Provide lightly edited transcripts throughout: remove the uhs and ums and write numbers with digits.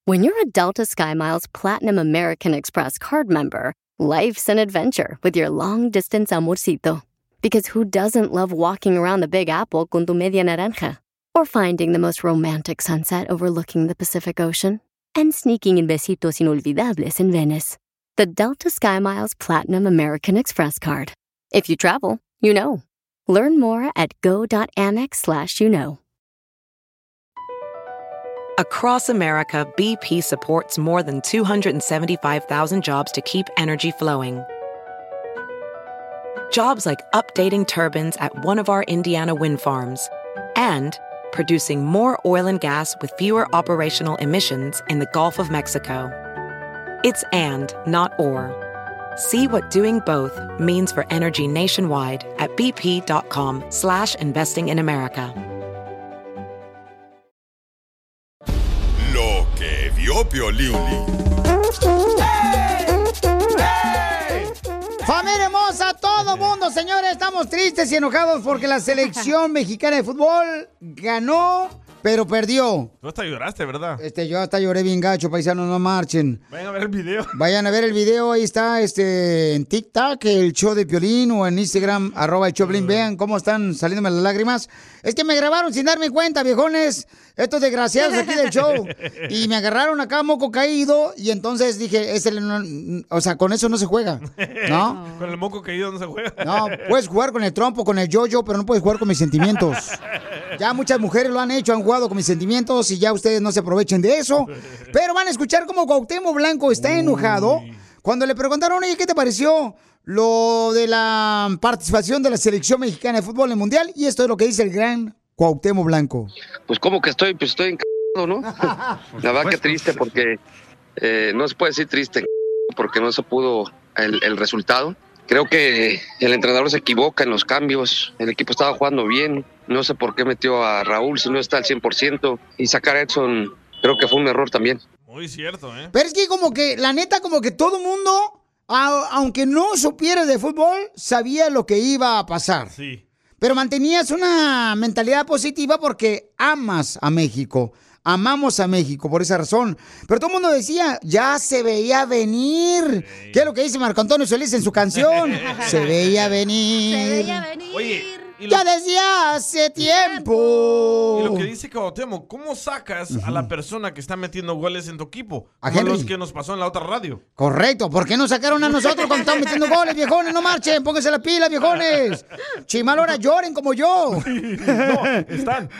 When you're a Delta SkyMiles Platinum American Express card member, life's an adventure with your long-distance amorcito. Because who doesn't love walking around the Big Apple con tu media naranja? Or finding the most romantic sunset overlooking the Pacific Ocean? And sneaking in besitos inolvidables in Venice. The Delta SkyMiles Platinum American Express card. If you travel, you know. Learn more at go.amex/you-know. Across America, BP supports more than 275,000 jobs to keep energy flowing. Jobs like updating turbines at one of our Indiana wind farms and producing more oil and gas with fewer operational emissions in the Gulf of Mexico. It's and, not or. See what doing both means for energy nationwide at bp.com/investing in America. Lo que vio Piolín. ¡Familia hermosa! Todo mundo, señores, estamos tristes y enojados porque la selección mexicana de fútbol ganó, pero perdió. Tú hasta lloraste, ¿verdad? Yo hasta lloré bien gacho, paisanos, no marchen. Vayan a ver el video. Vayan a ver el video, ahí está, en TikTok, el show de Piolín, o en Instagram, @el Choplin. Vean cómo están saliéndome las lágrimas. Es que me grabaron sin darme cuenta, viejones, estos desgraciados aquí del show. Y me agarraron acá moco caído, y entonces dije, o sea, con eso no se juega, ¿no? Con el moco caído no se juega. No, puedes jugar con el trompo, con el yo-yo, pero no puedes jugar con mis sentimientos. Ya muchas mujeres lo han hecho, han jugado con mis sentimientos, y ya ustedes no se aprovechen de eso. Pero van a escuchar cómo Cuauhtémoc Blanco está enojado cuando le preguntaron, oye, ¿qué te pareció lo de la participación de la selección mexicana de fútbol en el Mundial? Y esto es lo que dice el gran Cuauhtémoc Blanco. Pues como que estoy encantado, ¿no? La verdad que triste porque no se puede decir triste porque no se pudo el resultado. Creo que el entrenador se equivoca en los cambios, el equipo estaba jugando bien, no sé por qué metió a Raúl si no está al 100%, y sacar a Edson creo que fue un error también. Muy cierto, ¿eh? Pero es que como que, la neta, como que todo mundo, aunque no supieras de fútbol, sabía lo que iba a pasar. Sí. Pero mantenías una mentalidad positiva porque amas a México. Amamos a México por esa razón. Pero todo el mundo decía, ya se veía venir. Sí. ¿Qué es lo que dice Marco Antonio Solís en su canción? Se veía venir. Se veía venir. Oye, ya desde hace tiempo. Y lo que dice Cuauhtémoc, ¿cómo sacas a la persona que está metiendo goles en tu equipo? A Como Henry. los que nos pasó en la otra radio. Correcto, ¿por qué no sacaron a nosotros cuando estaban metiendo goles, viejones? No marchen, pónganse la pila, viejones. Chimal, ahora lloren como yo. No, están.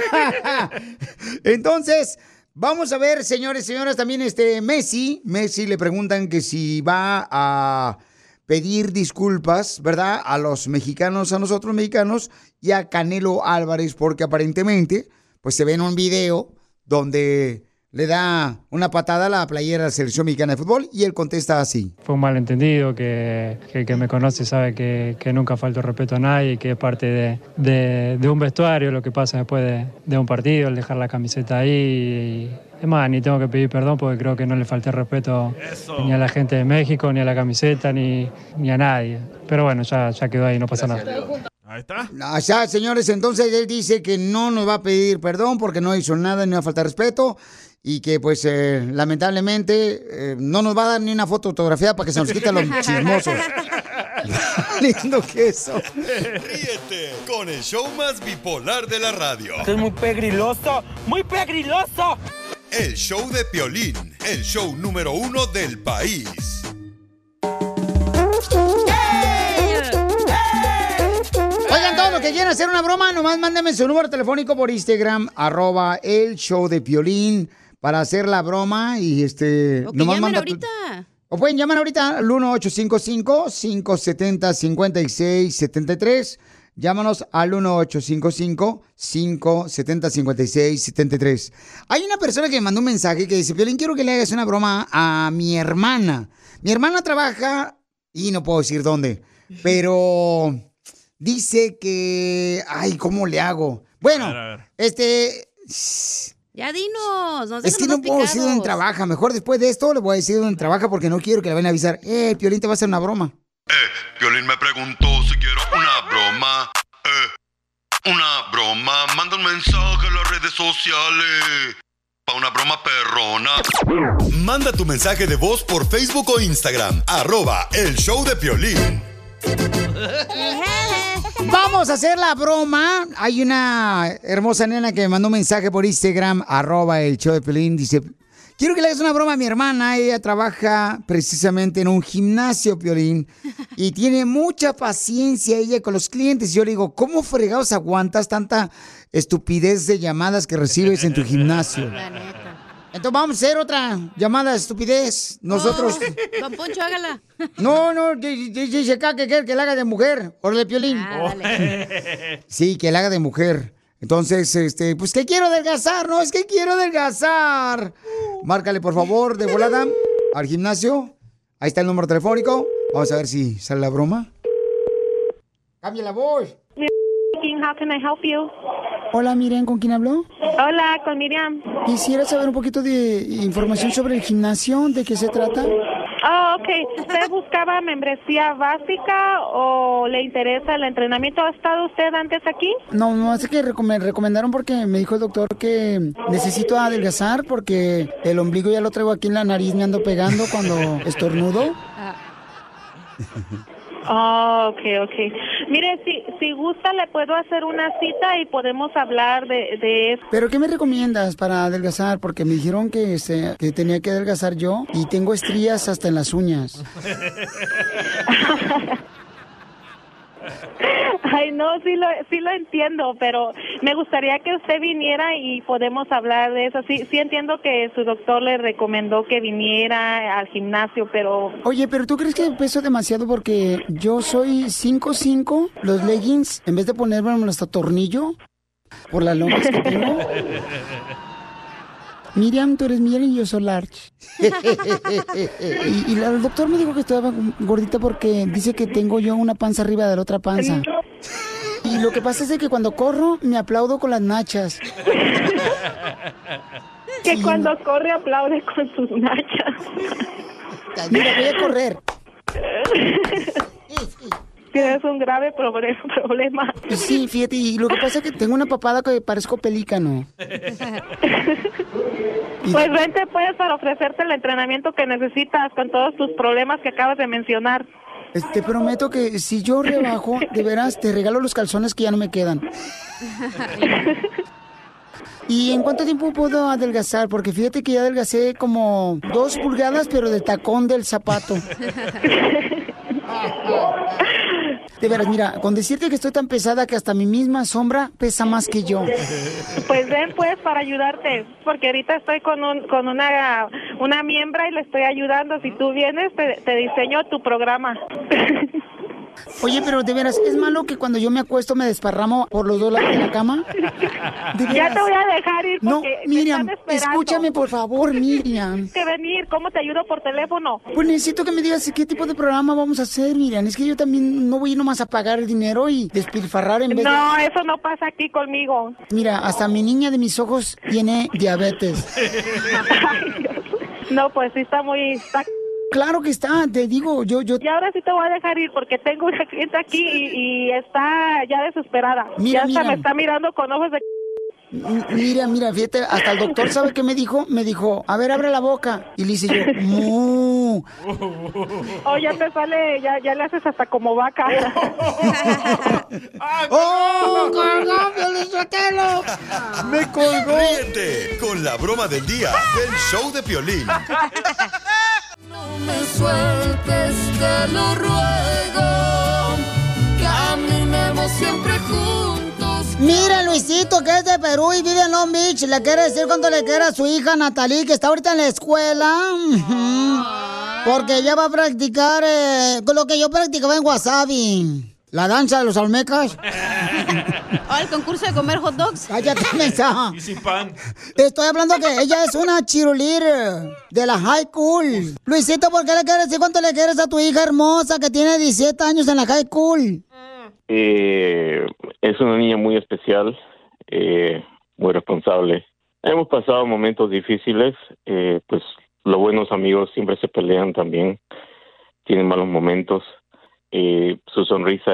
Entonces, vamos a ver, señores y señoras, también Messi le preguntan que si va a pedir disculpas, ¿verdad? A los mexicanos, a nosotros mexicanos, y a Canelo Álvarez, porque aparentemente, pues se ve en un video donde le da una patada a la playera de la selección mexicana de fútbol y él contesta así. Fue un malentendido, que el que me conoce sabe que nunca falto respeto a nadie, que es parte de un vestuario lo que pasa después de un partido, el dejar la camiseta ahí. Es más, ni tengo que pedir perdón porque creo que no le falté respeto ni a la gente de México, ni a la camiseta, ni a nadie. Pero bueno, ya quedó ahí, no pasa nada. Ahí está. Ya, señores, entonces él dice que no nos va a pedir perdón porque no hizo nada, ni va a faltar respeto. Y que, pues, lamentablemente, no nos va a dar ni una foto autografiada para que se nos quiten los chismosos. Lindo que eso. Ríete con el show más bipolar de la radio. Esto es muy pegriloso, muy pegriloso. El show de Piolín, el show número 1 del país. Oigan, todos los que quieran hacer una broma, nomás mándenme su número telefónico por Instagram, @el show de Piolín, para hacer la broma y O que llamen ahorita. O pueden llamar ahorita al 1-855-570-5673. Llámanos al 1-855-570-5673. Hay una persona que me mandó un mensaje que dice, Piolín, quiero que le hagas una broma a mi hermana. Mi hermana trabaja, y no puedo decir dónde, pero dice que... Ay, ¿cómo le hago? Bueno, a ver. Ya dinos, no Es que no puedo decir dónde trabaja. Mejor después de esto le voy a decir dónde trabaja porque no quiero que le vayan a avisar. Piolín te va a hacer una broma. Piolín me preguntó si quiero una broma. Una broma. Manda un mensaje a las redes sociales. Pa' una broma perrona. Manda tu mensaje de voz por Facebook o Instagram. @El Show de Piolín. Vamos a hacer la broma. Hay una hermosa nena que me mandó un mensaje por Instagram, @El Show de Piolín. Dice, quiero que le hagas una broma a mi hermana. Ella trabaja precisamente en un gimnasio, Piolín, y tiene mucha paciencia ella con los clientes. Y yo le digo, ¿cómo fregados aguantas tanta estupidez de llamadas que recibes en tu gimnasio? La neta. Entonces vamos a hacer otra llamada de estupidez. Nosotros... Don Poncho, hágala. No, dice acá que quiere que la haga de mujer. Órale, Piolín. Sí, que la haga de mujer. Entonces, pues que quiero adelgazar, ¿no? Es que quiero adelgazar. Márcale, por favor, de volada al gimnasio. Ahí está el número telefónico. Vamos a ver si sale la broma. Cambia la voz. How can I help you? Hola, Miriam, ¿con quién habló? Hola, con Miriam. Quisiera saber un poquito de información sobre el gimnasio, ¿de qué se trata? Oh, ok. ¿Usted buscaba membresía básica o le interesa el entrenamiento? ¿Ha estado usted antes aquí? No, es que me recomendaron porque me dijo el doctor que necesito adelgazar porque el ombligo ya lo traigo aquí en la nariz, me ando pegando cuando estornudo. Oh, ok. Mire, si gusta le puedo hacer una cita y podemos hablar de eso. ¿Pero qué me recomiendas para adelgazar? Porque me dijeron que tenía que adelgazar yo y tengo estrías hasta en las uñas. Ay, no, sí lo entiendo, pero me gustaría que usted viniera y podemos hablar de eso. Sí entiendo que su doctor le recomendó que viniera al gimnasio, pero... Oye, ¿pero tú crees que peso demasiado? Porque yo soy 5'5", los leggings, en vez de ponérmelo hasta tornillo, por las lonjas que tengo... Miriam, tú eres Miriam y yo soy large. y el doctor me dijo que estaba gordita porque dice que tengo yo una panza arriba de la otra panza. Y lo que pasa es que cuando corro me aplaudo con las nachas. Que cuando corre aplaude con sus nachas. Mira, voy a correr. Tienes un grave problema. Sí, fíjate, y lo que pasa es que tengo una papada que parezco pelícano. Pues vente pues para ofrecerte el entrenamiento que necesitas con todos tus problemas que acabas de mencionar. Te prometo que si yo rebajo, de veras, te regalo los calzones que ya no me quedan. ¿Y en cuánto tiempo puedo adelgazar? Porque fíjate que ya adelgacé como 2 pulgadas, pero del tacón del zapato. De veras, mira, con decirte que estoy tan pesada que hasta mi misma sombra pesa más que yo. Pues ven pues para ayudarte, porque ahorita estoy con una miembra y le estoy ayudando. Si tú vienes, te diseño tu programa. Oye, pero de veras, ¿es malo que cuando yo me acuesto me desparramo por los 2 lados de la cama? Ya te voy a dejar ir porque no, Miriam, escúchame por favor, Miriam. Que venir, ¿cómo te ayudo por teléfono? Pues necesito que me digas qué tipo de programa vamos a hacer, Miriam. Es que yo también no voy nomás a pagar el dinero y despilfarrar en vez de... No, eso no pasa aquí conmigo. Mira, hasta mi niña de mis ojos tiene diabetes. Ay, Dios. No, pues sí está muy... Claro que está, te digo, yo... Y ahora sí te voy a dejar ir porque tengo una clienta aquí y está ya desesperada. Mira, ya hasta me está mirando con ojos de... Mira, fíjate, hasta el doctor, ¿sabe qué me dijo? Me dijo, a ver, abre la boca. Y le hice yo, ¡mu! Oh, ya te sale, ya le haces hasta como vaca. ¡Oh, colgó, Piolinsotelo! ¡Me colgó! Ríete con la broma del día del Show de Piolín. No me sueltes, te lo ruego. Caminemos siempre juntos. Mira, Luisito, que es de Perú y vive en Long Beach, le quiere decir cuánto le quiere a su hija Natalie, que está ahorita en la escuela. Porque ella va a practicar lo que yo practicaba en Wasabi. La danza de los olmecas. Oh, el concurso de comer hot dogs. Cállate, mensaje. Y sin pan. Estoy hablando que ella es una cheerleader de la high school. Luisito, ¿por qué le quieres decir cuánto le quieres a tu hija hermosa que tiene 17 años en la high school? Es una niña muy especial, muy responsable. Hemos pasado momentos difíciles, pues los buenos amigos siempre se pelean también, tienen malos momentos. Su sonrisa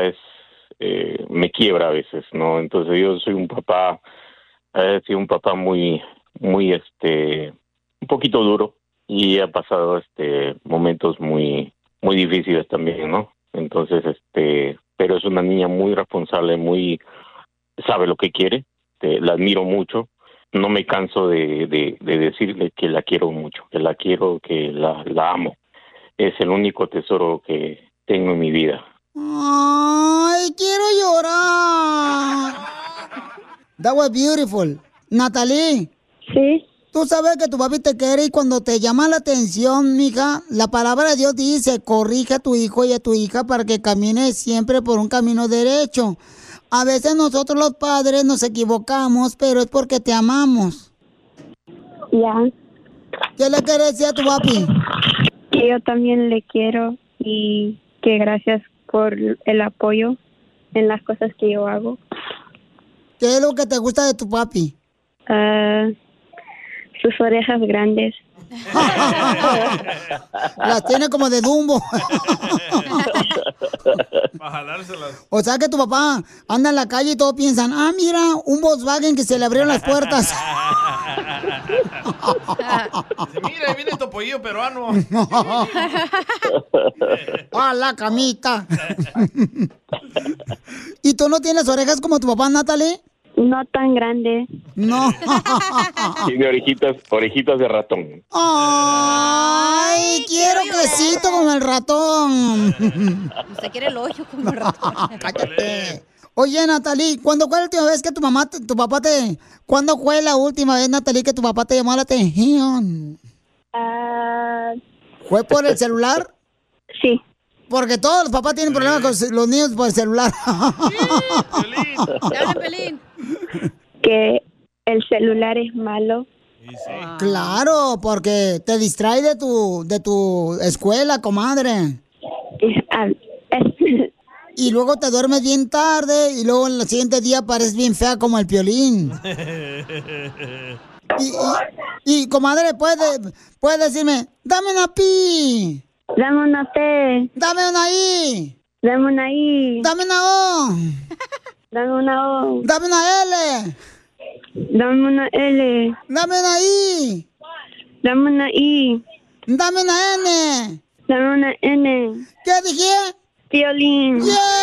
me quiebra a veces, ¿no? Entonces yo soy un papá, he sido un papá muy muy, un poquito duro y ha pasado, momentos muy, muy difíciles también, ¿no? Entonces, pero es una niña muy responsable, sabe lo que quiere, la admiro mucho. No me canso de decirle que la quiero mucho, que la quiero, que la amo. Es el único tesoro que tengo en mi vida. Ay, quiero llorar. That was beautiful. Natalie. Sí. Tú sabes que tu papi te quiere y cuando te llama la atención, mija, la palabra de Dios dice, corrige a tu hijo y a tu hija para que camine siempre por un camino derecho. A veces nosotros los padres nos equivocamos, pero es porque te amamos. Ya. ¿Qué le quieres decir a tu papi? Que yo también le quiero y que gracias por el apoyo en las cosas que yo hago. ¿Qué es lo que te gusta de tu papi? Sus orejas grandes. Las tiene como de Dumbo. Para jalárselas. O sea que tu papá anda en la calle y todos piensan, mira, un Volkswagen que se le abrieron las puertas. Mira, ahí viene el topollillo peruano. La camita! ¿Y tú no tienes orejas como tu papá, Natalie? No tan grande. No. Tiene orejitas de ratón. ¡Ay! Quiero quesito como el ratón. Usted quiere el hoyo como el ratón. Cállate. Oye, Natalie, ¿cuándo fue la última vez que ¿cuándo fue la última vez, Natalie, que tu papá te llamó la atención? ¿Fue por el celular? Sí. Porque todos los papás tienen problemas con los niños por el celular. Dale, Pelín. Que el celular es malo. Claro, porque te distrae de tu escuela, comadre. Y luego te duermes bien tarde y luego el siguiente día pareces bien fea como el Piolín. Y comadre, puede decirme, dame una pi. Dame una P. Dame una I. Dame una I. Dame una O. Dame una O. Dame una L. Dame una L. Dame una I. Dame una I. Dame una N. Dame una N. ¿Qué dije? Piolín.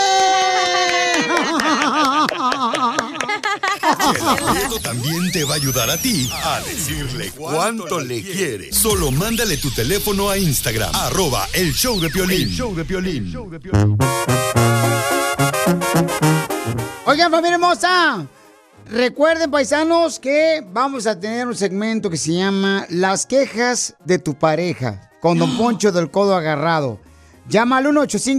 Esto también te va a ayudar a ti a decirle cuánto le quieres. Solo mándale tu teléfono a Instagram, @elshowdepiolín. El show de Piolín. Oigan, familia hermosa, recuerden, paisanos, que vamos a tener un segmento que se llama Las quejas de tu pareja, con Don Poncho del Codo Agarrado. Llama al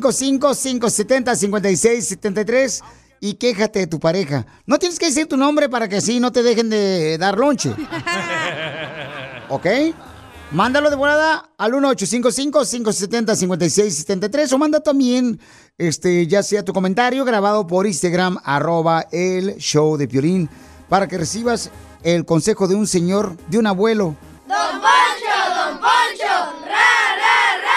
1-855-570-5673 y quéjate de tu pareja. No tienes que decir tu nombre para que así no te dejen de dar lonche. ¿Ok? Mándalo de volada al 1-855-570-5673 o manda también, ya sea tu comentario grabado por Instagram, @elshowdepiolín, para que recibas el consejo de un señor, de un abuelo. ¡Don Poncho! ¡Don Poncho! ¡Ra, ra, ra!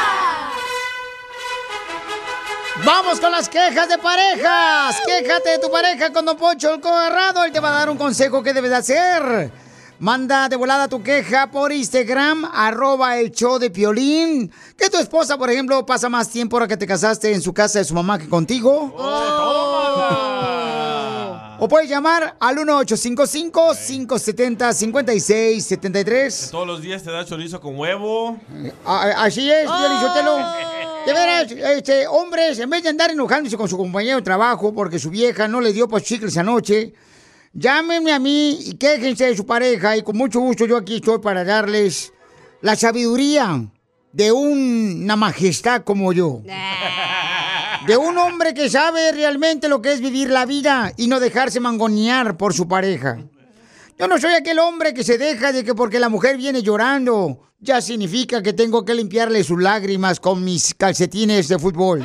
¡Vamos con las quejas de parejas! ¡Quéjate de tu pareja con Don Poncho el Codo Agarrado! Él te va a dar un consejo que debes de hacer. Manda de volada tu queja por Instagram, @elshowdepiolín. Que tu esposa, por ejemplo, pasa más tiempo ahora que te casaste en su casa de su mamá que contigo. O puedes llamar al 1-855-570-5673. Todos los días te da chorizo con huevo. Así es, Piolichotelo. De veras, hombres, en vez de andar enojándose con su compañero de trabajo porque su vieja no le dio pues chicles anoche, llámenme a mí y quéjense de su pareja y con mucho gusto yo aquí estoy para darles la sabiduría de una majestad como yo. De un hombre que sabe realmente lo que es vivir la vida y no dejarse mangonear por su pareja. Yo no soy aquel hombre que se deja de que porque la mujer viene llorando, ya significa que tengo que limpiarle sus lágrimas con mis calcetines de fútbol.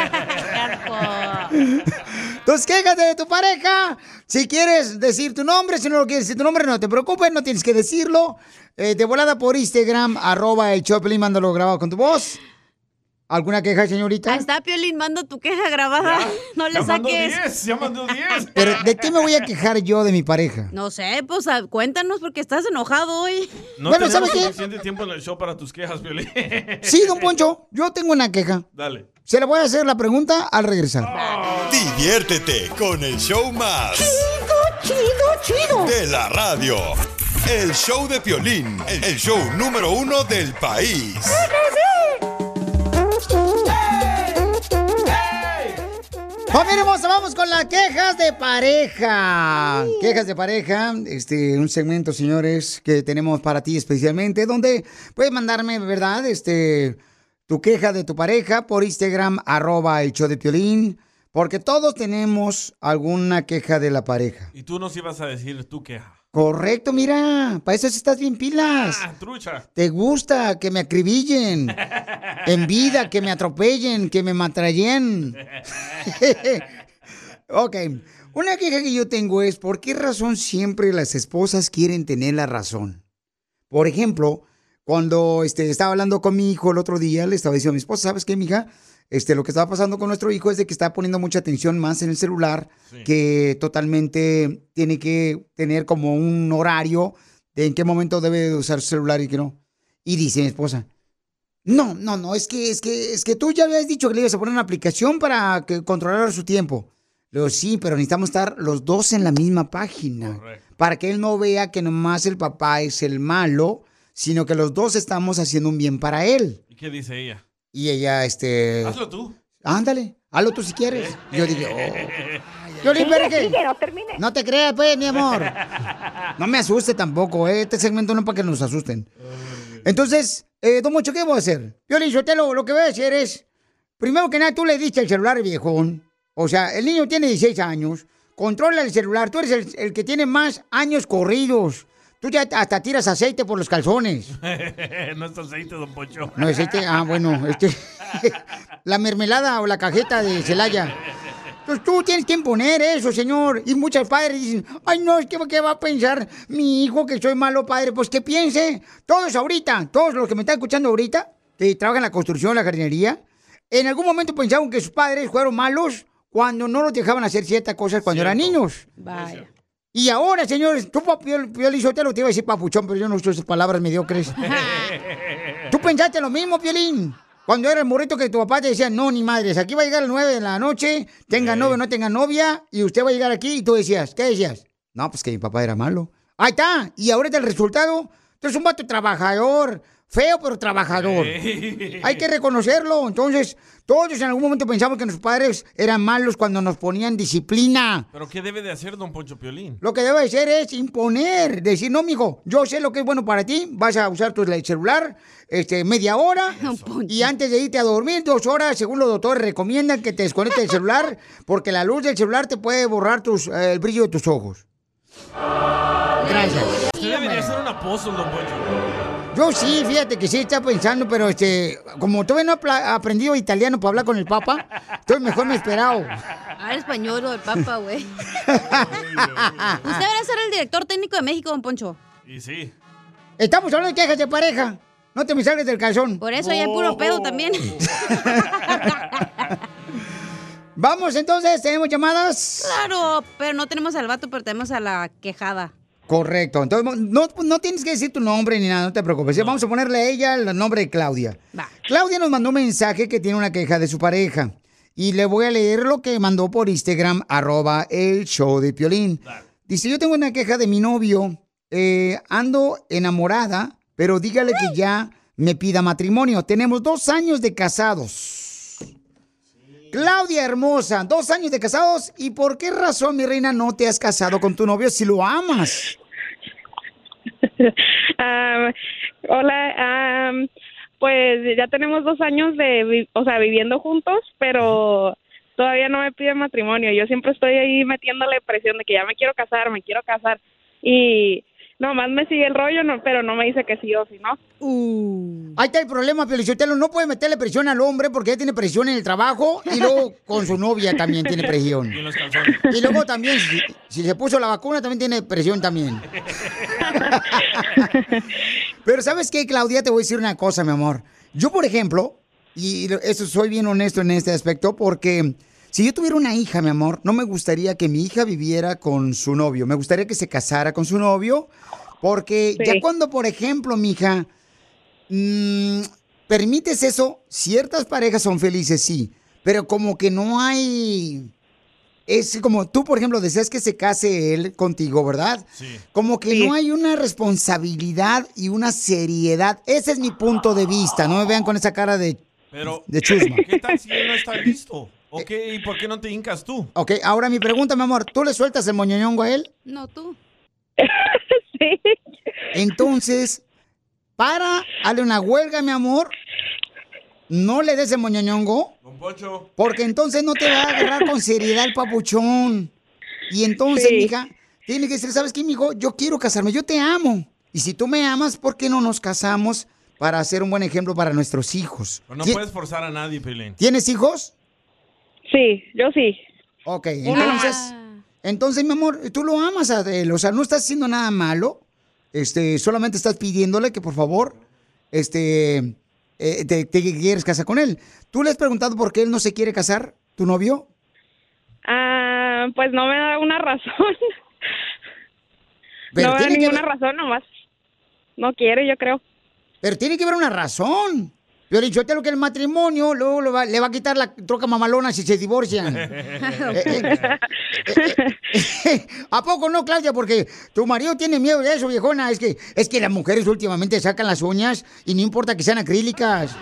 Entonces, quéjate de tu pareja. Si quieres decir tu nombre, si no lo quieres decir tu nombre, no te preocupes, no tienes que decirlo. De volada por Instagram, @elshowdepiolín, mándalo grabado con tu voz. ¿Alguna queja, señorita? Ahí está, Piolín, manda tu queja grabada. No le saques. Ya mandó 10. Pero, ¿de qué me voy a quejar yo de mi pareja? No sé, pues cuéntanos porque estás enojado hoy. No Bueno, tenemos ¿sabe qué? suficiente tiempo en el show para tus quejas, Piolín. Sí, don Poncho, yo tengo una queja. Dale. Se le voy a hacer la pregunta al regresar. Diviértete con el show más... Chido. de la radio. El show de Piolín, el show número 1 del país. Familia hermosa, vamos con las quejas de pareja. Quejas de pareja, un segmento, señores, que tenemos para ti especialmente, donde puedes mandarme, ¿verdad? Tu queja de tu pareja por Instagram, @el show de Piolín, porque todos tenemos alguna queja de la pareja. Y tú nos ibas a decir tu queja. Correcto, mira, para eso sí estás bien pilas. Trucha. Te gusta que me acribillen, en vida, que me atropellen, que me matrallen. Ok, una queja que yo tengo es, ¿por qué razón siempre las esposas quieren tener la razón? Por ejemplo, cuando estaba hablando con mi hijo el otro día, le estaba diciendo a mi esposa, ¿sabes qué, mija? Lo que estaba pasando con nuestro hijo es de que está poniendo mucha atención más en el celular, que totalmente tiene que tener como un horario de en qué momento debe de usar su celular y qué no. Y dice mi esposa, no, es que tú ya habías dicho que le ibas a poner una aplicación para que controlar su tiempo. Le digo, sí, pero necesitamos estar los dos en la misma página. Correcto. Para que él no vea que nomás el papá es el malo, sino que los dos estamos haciendo un bien para él. ¿Y qué dice ella? Y ella, Hazlo tú. Ándale, hazlo tú si quieres. Y yo digo, Yo le no te creas, pues, mi amor. No me asuste tampoco, Este segmento no es para que nos asusten. Entonces, don Mocho, ¿qué voy a hacer? Piolín Sotelo, lo que voy a hacer es, primero que nada, tú le diste el celular, viejón. O sea, el niño tiene 16 años, controla el celular, tú eres el que tiene más años corridos. Tú ya hasta tiras aceite por los calzones. No es aceite, don Poncho. No es aceite, bueno, la mermelada o la cajeta de Celaya. Entonces tú tienes que imponer eso, señor. Y muchos padres dicen, ay no, es que ¿qué va a pensar mi hijo que soy malo padre? Pues que piense, todos los que me están escuchando ahorita, que trabajan en la construcción, la jardinería, en algún momento pensaron que sus padres fueron malos cuando no los dejaban hacer ciertas cosas cuando eran niños. Vaya. Y ahora, señores, tú, Piolín Sotelo, te iba a decir papuchón, pero yo no uso esas palabras mediocres. ¿Tú pensaste lo mismo, Piolín? Cuando era el morrito que tu papá te decía, no, ni madres, aquí va a llegar a las 9 de la noche, tenga novio o no tenga novia, y usted va a llegar aquí, y tú decías, ¿qué decías? No, pues que mi papá era malo. Ahí está, y ahorita el resultado, tú eres un vato trabajador, feo pero trabajador. Hay que reconocerlo. Entonces, todos en algún momento pensamos que nuestros padres eran malos cuando nos ponían disciplina. ¿Pero qué debe de hacer don Poncho Piolín? Lo que debe de hacer es imponer, decir, no, mijo, yo sé lo que es bueno para ti, vas a usar tu celular media hora y antes de irte a dormir 2 horas, según los doctores recomiendan que te desconectes el celular porque la luz del celular te puede borrar el brillo de tus ojos. Gracias. Usted debería ser un apóstol, don Poncho. Yo sí, fíjate que sí está pensando, pero como todavía no he aprendido italiano para hablar con el Papa, entonces mejor me he esperado. Español o el Papa, güey. Usted debería ser el director técnico de México, don Poncho. Y sí. Estamos hablando de quejas de pareja. No te me salgas del calzón. Por eso ya hay puro pedo también. Vamos, entonces, ¿tenemos llamadas? Claro, pero no tenemos al vato, pero tenemos a la quejada. Correcto. Entonces, no tienes que decir tu nombre ni nada, no te preocupes. No. Vamos a ponerle a ella el nombre de Claudia. Va. Claudia nos mandó un mensaje que tiene una queja de su pareja. Y le voy a leer lo que mandó por Instagram, @el show de Piolín. Dice, yo tengo una queja de mi novio. Ando enamorada, pero dígale que ya me pida matrimonio. Tenemos 2 años de casados. Claudia hermosa, 2 años de casados. ¿Y por qué razón, mi reina, no te has casado con tu novio si lo amas? Hola, pues ya tenemos 2 años viviendo juntos, pero todavía no me pide matrimonio. Yo siempre estoy ahí metiéndole presión de que ya me quiero casar. Y nomás me sigue el rollo, pero no me dice que sí o sí, ¿no? Ahí está el problema, Felicitelo. No puede meterle presión al hombre porque él tiene presión en el trabajo y luego con su novia también tiene presión. Y en los calzones. Y luego también, si se puso la vacuna, también tiene presión también. Pero ¿sabes qué, Claudia? Te voy a decir una cosa, mi amor. Yo, por ejemplo, Y eso, soy bien honesto en este aspecto porque si yo tuviera una hija, mi amor, no me gustaría que mi hija viviera con su novio. Me gustaría que se casara con su novio porque ya cuando, por ejemplo, mi hija, permites eso, ciertas parejas son felices, sí, pero como que no hay... Es como tú, por ejemplo, deseas que se case él contigo, ¿verdad? Sí. Como que no hay una responsabilidad y una seriedad. Ese es mi punto de vista. No me vean con esa cara de chusma. ¿Qué tal si él no está listo? ¿Y por qué no te hincas tú? Ok, ahora mi pregunta, mi amor. ¿Tú le sueltas el moñoñongo a él? No, tú. Sí. Ah. Entonces, hazle una huelga, mi amor. No le des el moñoñongo. Don Poncho. Porque entonces no te va a agarrar con seriedad el papuchón. Y entonces, mija, tiene que decir, ¿sabes qué, mijo? Yo quiero casarme, yo te amo. Y si tú me amas, ¿por qué no nos casamos para hacer un buen ejemplo para nuestros hijos? Pero no puedes forzar a nadie, Piolín. ¿Tienes hijos? Sí, yo sí. Ok, entonces, mi amor, tú lo amas a él. O sea, no estás haciendo nada malo. Solamente estás pidiéndole que, por favor, te quieres casar con él. ¿Tú le has preguntado por qué él no se quiere casar, tu novio? Pues no me da una razón. Pero no me da ninguna razón, nomás. No quiere, yo creo. Pero tiene que haber una razón. Yo le he dicho, lo que el matrimonio luego le va a quitar la troca mamalona si se divorcian. ¿A poco no, Claudia? Porque tu marido tiene miedo de eso, viejona. Es que las mujeres últimamente sacan las uñas y no importa que sean acrílicas.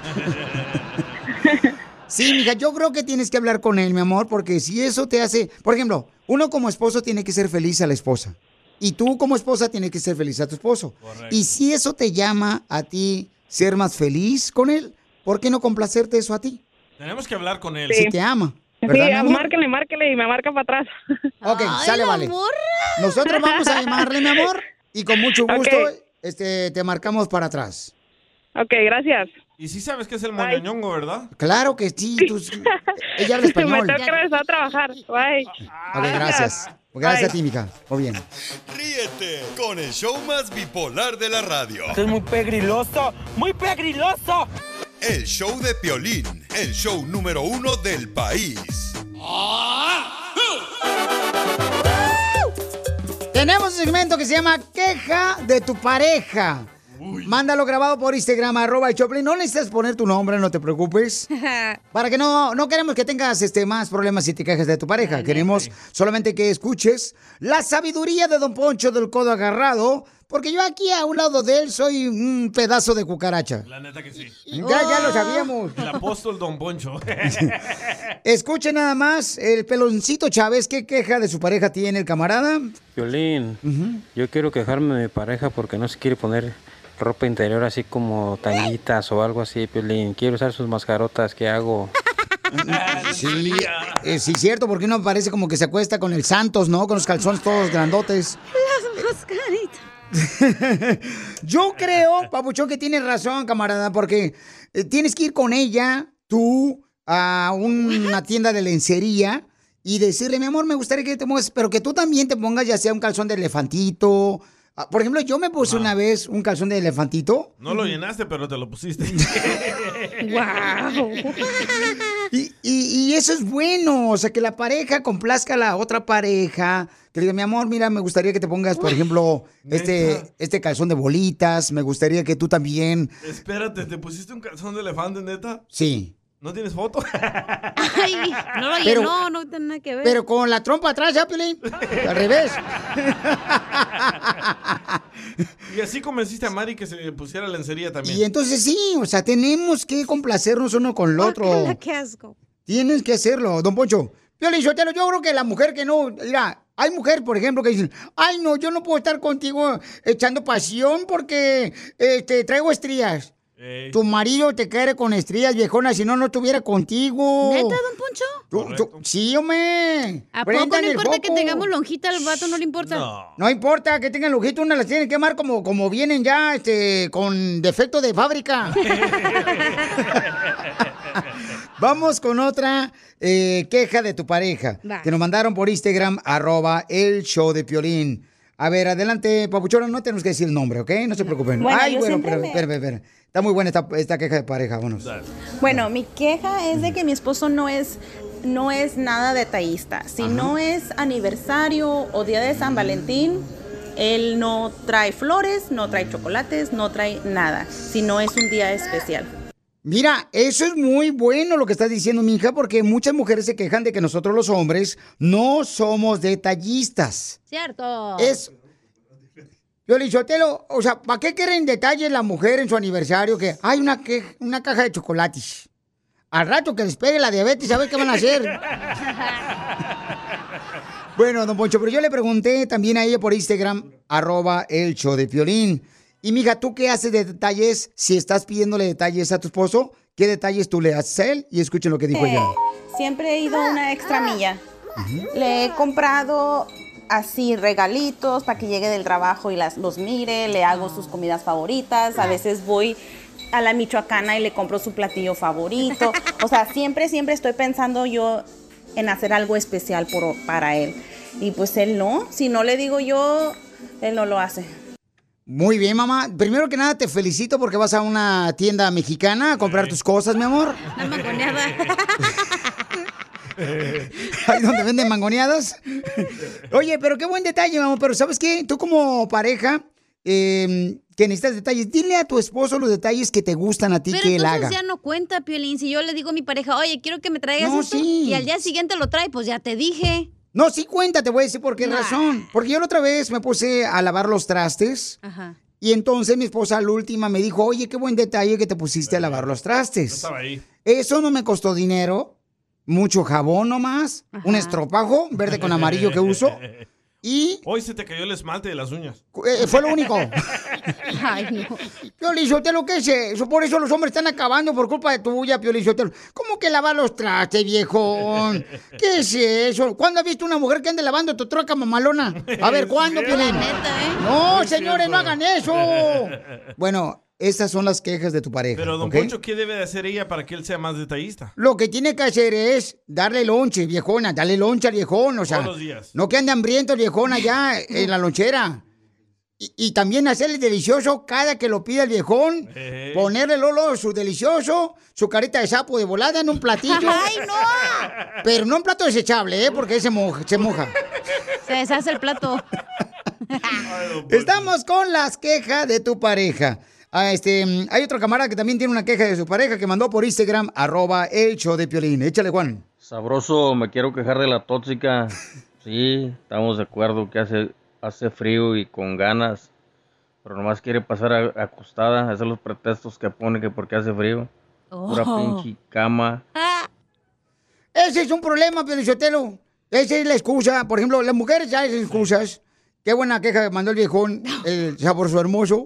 Sí, mija, yo creo que tienes que hablar con él, mi amor, porque si eso te hace... Por ejemplo, uno como esposo tiene que ser feliz a la esposa. Y tú como esposa tienes que ser feliz a tu esposo. Correcto. Y si eso te llama a ti ser más feliz con él, ¿por qué no complacerte eso a ti? Tenemos que hablar con él. Si te ama. ¿Verdad, sí, márquele y me marca para atrás. Ok, sale, vale. Nosotros vamos a llamarle, mi amor, y con mucho gusto te marcamos para atrás. Ok, gracias. Y sí sabes que es el moñoñongo, ¿verdad? Claro que sí. Ella habla español. Me tengo que regresar a trabajar. Bye. Ok, gracias. Gracias a ti, mija. Muy bien. Ríete con el show más bipolar de la radio. Esto es muy pegriloso, muy pegriloso. El show de Piolín, el show número 1 del país. Tenemos un segmento que se llama Queja de tu pareja. Mándalo grabado por Instagram, @Choplin. No necesitas poner tu nombre, no te preocupes. Para que no queremos que tengas más problemas si te quejas de tu pareja. Queremos solamente que escuches la sabiduría de Don Poncho del Codo Agarrado, porque yo aquí a un lado de él soy un pedazo de cucaracha. La neta que sí. Ya lo sabíamos. El apóstol Don Poncho. Escuche nada más, el Peloncito Chávez, ¿qué queja de su pareja tiene el camarada? Piolín, yo quiero quejarme de mi pareja porque no se quiere poner ropa interior así como tanguitas o algo así, Piolín. Quiero usar sus mascarotas, ¿qué hago? Sí, sí, cierto, porque uno parece como que se acuesta con el Santos, ¿no? Con los calzones todos grandotes. Las mascaritas. Yo creo, Papuchón, que tienes razón, camarada, porque tienes que ir con ella, tú, a una tienda de lencería y decirle, mi amor, me gustaría que te pongas, pero que tú también te pongas ya sea un calzón de elefantito. Por ejemplo, yo me puse una vez un calzón de elefantito. No lo llenaste, pero te lo pusiste. ¡Wow! Y eso es bueno, o sea, que la pareja complazca a la otra pareja. Que le diga, mi amor, mira, me gustaría que te pongas, por ejemplo, este calzón de bolitas. Me gustaría que tú también... Espérate, ¿te pusiste un calzón de elefante, neta? Sí. ¿No tienes foto? Ay, no lo llenó, no tiene nada que ver. Pero con la trompa atrás, ¿ya, Piolín? Al revés. Y así convenciste a Mari que se pusiera lencería también. Y entonces sí, o sea, tenemos que complacernos uno con el otro. ¡Qué asco! Tienes que hacerlo, Don Poncho. Piolín, yo creo que la mujer que no... Mira, hay mujeres, por ejemplo, que dicen, ay, no, yo no puedo estar contigo echando pasión porque traigo estrías. Tu marido te quiere con estrías, viejona, si no, no estuviera contigo. ¿Neta, Don Poncho? Sí, hombre. ¿A poco no importa que tengamos lonjita al vato? ¿No le importa? No importa que tengan lonjita, una las tiene que quemar como vienen ya, con defecto de fábrica. Vamos con otra queja de tu pareja. Que nos mandaron por Instagram, @el show de Piolín. A ver, adelante, papuchona, no tenemos que decir el nombre, ¿ok? No se preocupen. Bueno, Ay, yo bueno, siempre espera. Está muy buena esta queja de pareja, vámonos. Bueno, mi queja es de que mi esposo no es nada detallista. Si no es aniversario o día de San Valentín, él no trae flores, no trae chocolates, no trae nada, si no es un día especial. Mira, eso es muy bueno lo que estás diciendo, mija, porque muchas mujeres se quejan de que nosotros los hombres no somos detallistas. Cierto. Piolichotelo, o sea, ¿para qué quieren detalles la mujer en su aniversario? Que hay una caja de chocolates. Al rato que les pegue la diabetes, a ver qué van a hacer. Bueno, don Poncho, pero yo le pregunté también a ella por Instagram, @elshowdepiolín. Y mija, ¿tú qué haces de detalles si estás pidiéndole detalles a tu esposo? ¿Qué detalles tú le haces a él? Y escuchen lo que dijo ella. Siempre he ido una extra milla. Le he comprado así regalitos para que llegue del trabajo y los mire, le hago sus comidas favoritas, a veces voy a la michoacana y le compro su platillo favorito. O sea, siempre estoy pensando yo en hacer algo especial para él. Y pues él no, si no le digo yo, él no lo hace. Muy bien, mamá. Primero que nada, te felicito porque vas a una tienda mexicana a comprar tus cosas, mi amor. Una mangoneada. Ahí donde venden mangoneadas. Oye, pero qué buen detalle, mamá. Pero ¿sabes qué? Tú como pareja, que necesitas detalles, dile a tu esposo los detalles que te gustan a ti que él haga. Pero entonces ya no cuenta, Piolín. Si yo le digo a mi pareja, oye, quiero que me traigas esto, sí. y al día siguiente lo trae, pues ya te dije. No, sí cuenta, te voy a decir por qué razón. Porque yo la otra vez me puse a lavar los trastes. Ajá. Y entonces mi esposa la última me dijo, oye, qué buen detalle que te pusiste a lavar los trastes. Yo estaba ahí. Eso no me costó dinero, mucho jabón nomás, un estropajo verde con amarillo que uso. Y hoy se te cayó el esmalte de las uñas. Fue lo único. Ay, no. Piolichotelo, ¿qué es eso? Por eso los hombres están acabando por culpa de tuya, Piolichotelo. ¿Cómo que lavar los trastes, viejón? ¿Qué es eso? ¿Cuándo has visto una mujer que ande lavando tu troca mamalona? A ver, ¿cuándo, Piolín? No, señores, no hagan eso. Bueno, esas son las quejas de tu pareja. Pero, don ¿ok? Poncho, ¿qué debe de hacer ella para que él sea más detallista? Lo que tiene que hacer es darle lonche, viejona, darle lonche al viejón, o sea, Todos los días. no que ande hambriento el viejón allá en la lonchera. Y también hacerle delicioso cada que lo pida el viejón, ponerle Lolo su delicioso, su carita de sapo de volada en un platillo. ¡Ay, no! Pero no en plato desechable, porque se moja. Se deshace el plato. Estamos con las quejas de tu pareja. Hay otro camarada que también tiene una queja de su pareja que mandó por Instagram, @elshowdepiolín. Échale, Juan. Sabroso, me quiero quejar de la tóxica. Sí, estamos de acuerdo que hace frío y con ganas, pero nomás quiere pasar acostada, hacer los pretextos que pone que porque hace frío. Pura pinche cama. Ese es un problema, Piolichotelo. Esa es la excusa. Por ejemplo, las mujeres ya hacen excusas. Qué buena queja mandó el viejón, el sabroso hermoso.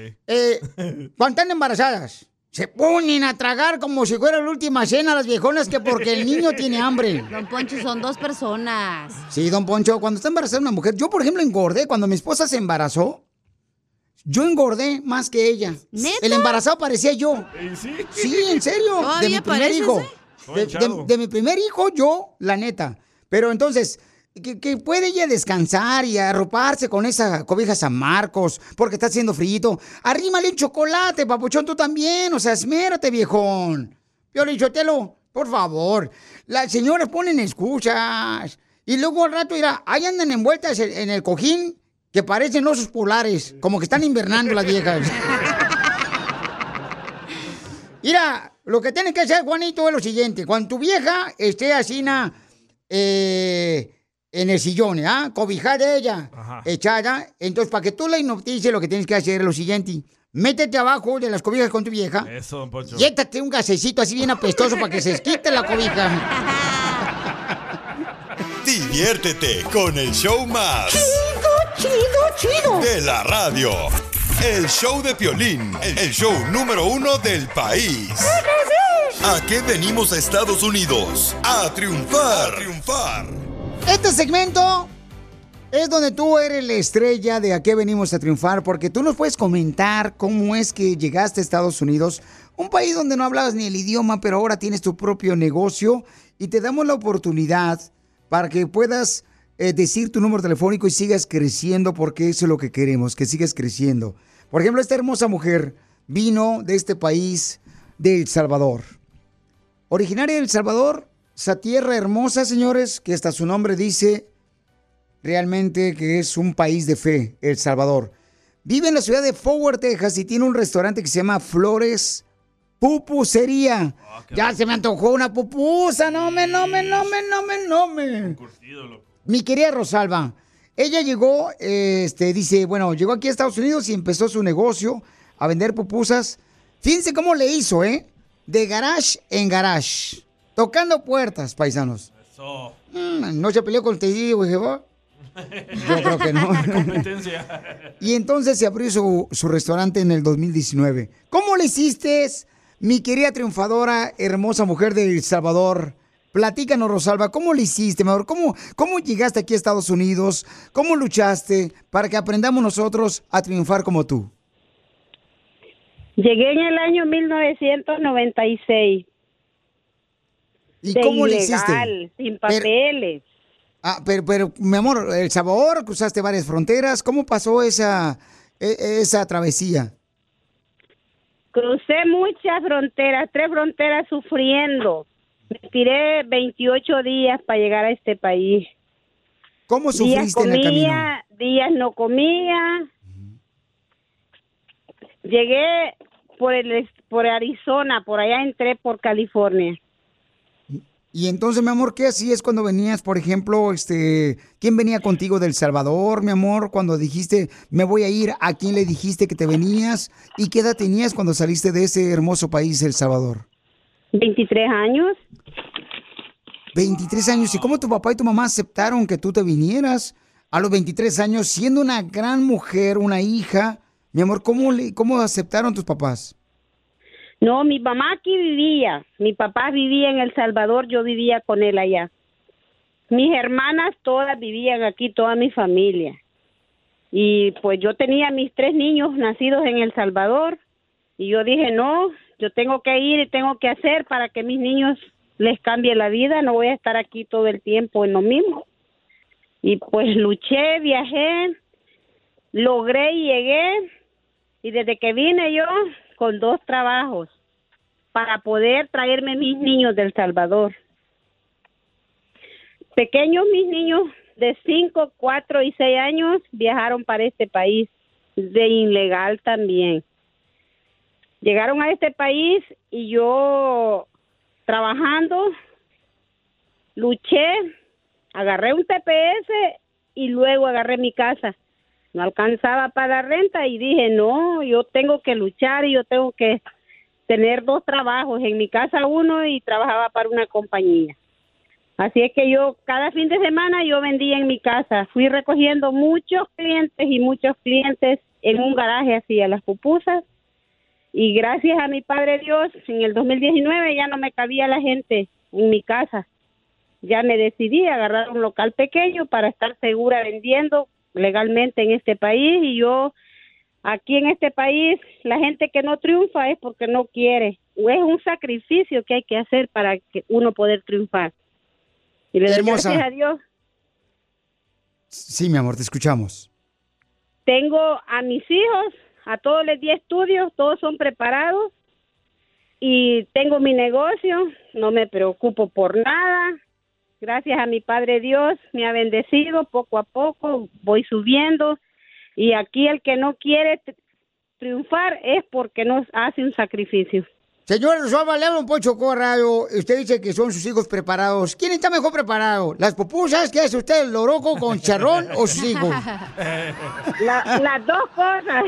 Cuando están embarazadas, se ponen a tragar como si fuera la última cena las viejonas que porque el niño tiene hambre. Don Poncho, son 2 personas. Sí, don Poncho, cuando está embarazada una mujer, yo por ejemplo engordé, cuando mi esposa se embarazó, yo engordé más que ella. ¿Neta? El embarazado parecía yo. Sí, en serio. De mi primer hijo. De mi primer hijo, yo, la neta. Pero entonces, que puede ella descansar y arroparse con esa cobija San Marcos porque está haciendo frío. Arrímale un chocolate, papuchón, tú también. O sea, esmérate, viejón. Piolichotelo, por favor. Las señoras ponen excusas. Y luego al rato, mira, ahí andan envueltas en el cojín que parecen osos polares. Como que están invernando las viejas. Mira, lo que tienes que hacer, Juanito, es lo siguiente. Cuando tu vieja esté así, en el sillón, cobijada de ella, echada. Entonces, para que tú la hipnotices, lo que tienes que hacer es lo siguiente. Métete abajo de las cobijas con tu vieja. Eso, don Poncho. Y échate un gasecito así bien apestoso para que se quite la cobija. Diviértete con el show más... Chido. de la radio. El show de Piolín, el show número 1 del país. ¿A qué venimos a Estados Unidos? A triunfar. Este segmento es donde tú eres la estrella de A qué venimos a triunfar, porque tú nos puedes comentar cómo es que llegaste a Estados Unidos, un país donde no hablabas ni el idioma, pero ahora tienes tu propio negocio y te damos la oportunidad para que puedas decir tu número telefónico y sigas creciendo, porque eso es lo que queremos, que sigas creciendo. Por ejemplo, esta hermosa mujer vino de este país, de El Salvador. Originaria de El Salvador, esa tierra hermosa, señores, que hasta su nombre dice realmente que es un país de fe, El Salvador. Vive en la ciudad de Fort Worth, Texas, y tiene un restaurante que se llama Flores Pupusería. Ya se me antojó una pupusa. No me. Mi querida Rosalba, ella llegó, dice, bueno, llegó aquí a Estados Unidos y empezó su negocio a vender pupusas. Fíjense cómo le hizo, de garage en garage, tocando puertas, paisanos. Eso. ¿No se peleó con el testigo de Jehová? Yo creo que no. Competencia. Y entonces se abrió su restaurante en el 2019. ¿Cómo le hiciste, mi querida triunfadora, hermosa mujer de El Salvador? Platícanos, Rosalba, ¿cómo le hiciste, mi amor? ¿Cómo llegaste aquí a Estados Unidos? ¿Cómo luchaste para que aprendamos nosotros a triunfar como tú? Llegué en el año 1996. ¿Y cómo le hiciste? Sin papeles. Pero, mi amor, El Salvador, cruzaste varias fronteras. ¿Cómo pasó esa travesía? Crucé muchas fronteras, 3 fronteras sufriendo. Me tiré 28 días para llegar a este país. ¿Cómo sufriste en el camino? Días no comía. Llegué por Arizona, por allá entré por California. Y entonces, mi amor, ¿qué hacías cuando venías, por ejemplo, quién venía contigo de El Salvador, mi amor, cuando dijiste, me voy a ir? ¿A quién le dijiste que te venías? ¿Y qué edad tenías cuando saliste de ese hermoso país, El Salvador? 23 años. 23 años. ¿Y cómo tu papá y tu mamá aceptaron que tú te vinieras a los 23 años, siendo una gran mujer, una hija? Mi amor, ¿cómo aceptaron tus papás? No, mi mamá aquí vivía. Mi papá vivía en El Salvador, yo vivía con él allá. Mis hermanas todas vivían aquí, toda mi familia. Y pues yo tenía mis 3 niños nacidos en El Salvador. Y yo dije, no, yo tengo que ir y tengo que hacer para que mis niños les cambie la vida. No voy a estar aquí todo el tiempo en lo mismo. Y pues luché, viajé, logré y llegué. Y desde que vine yo, con 2 trabajos para poder traerme mis niños de El Salvador. Pequeños mis niños de 5, 4 y 6 años viajaron para este país, de ilegal también. Llegaron a este país y yo trabajando, luché, agarré un TPS y luego agarré mi casa. No alcanzaba para la renta y dije, no, yo tengo que luchar y yo tengo que tener 2 trabajos. En mi casa 1 y trabajaba para una compañía. Así es que yo cada fin de semana yo vendía en mi casa. Fui recogiendo muchos clientes en un garaje hacía las pupusas. Y gracias a mi Padre Dios, en el 2019 ya no me cabía la gente en mi casa. Ya me decidí a agarrar un local pequeño para estar segura vendiendo legalmente en este país. Y yo aquí en este país, la gente que no triunfa es porque no quiere. Es un sacrificio que hay que hacer para que uno poder triunfar. Y le doy gracias a Dios. Sí, mi amor, te escuchamos. Tengo a mis hijos, a todos les di estudios, todos son preparados. Y tengo mi negocio, no me preocupo por nada. Gracias a mi Padre Dios, me ha bendecido poco a poco, voy subiendo. Y aquí el que no quiere triunfar es porque no hace un sacrificio. Señor Rosalba, le habla un Poncho Corrado. Usted dice que son sus hijos preparados. ¿Quién está mejor preparado? ¿Las pupusas que hace usted, el loroco con charrón o sus hijos? Las 2 cosas.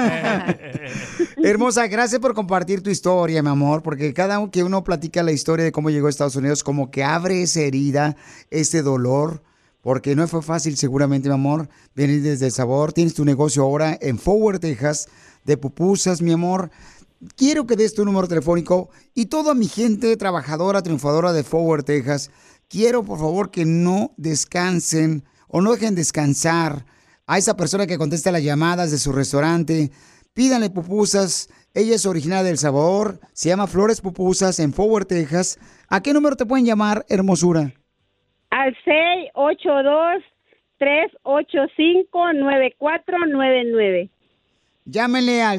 Hermosa, gracias por compartir tu historia, mi amor, porque cada vez que uno platica la historia de cómo llegó a Estados Unidos, como que abre esa herida, ese dolor, porque no fue fácil seguramente, mi amor, venir desde El Sabor. Tienes tu negocio ahora en Fort Worth, Texas, de pupusas, mi amor. Quiero que des tu número telefónico y toda mi gente trabajadora, triunfadora de Fort Worth, Texas, quiero por favor que no descansen o no dejen descansar a esa persona que contesta las llamadas de su restaurante. Pídanle pupusas. Ella es originaria de El Salvador, se llama Flores Pupusas en Fort Worth, Texas. ¿A qué número te pueden llamar, hermosura? Al 682-385-9499. Llámenle al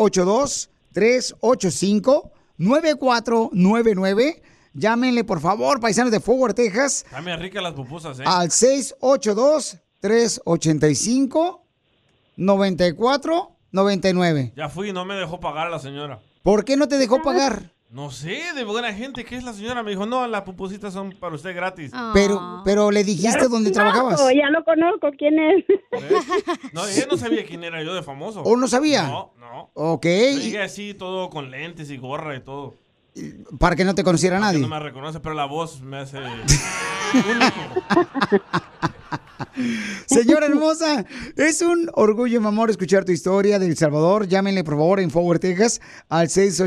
682-385-9499. Llámenle, por favor, paisanos de Fort Worth, Texas. También ricas las pupusas, ¿eh? Al 682-385-9499. Ya fui y no me dejó pagar la señora. ¿Por qué no te dejó pagar? No sé, de buena gente, ¿qué es la señora? Me dijo, no, las pupusitas son para usted gratis. Pero le dijiste dónde trabajabas. Ya lo conozco, ¿quién es? No, ella no sabía quién era yo de famoso. ¿O no sabía? No. Ok. Yo llegué así, todo con lentes y gorra y todo. Para que no te conociera nadie. No me reconoce, pero la voz me hace único. Señora hermosa, es un orgullo, mi amor, escuchar tu historia de El Salvador. Llámenle, por favor, en Fort Worth, Texas, al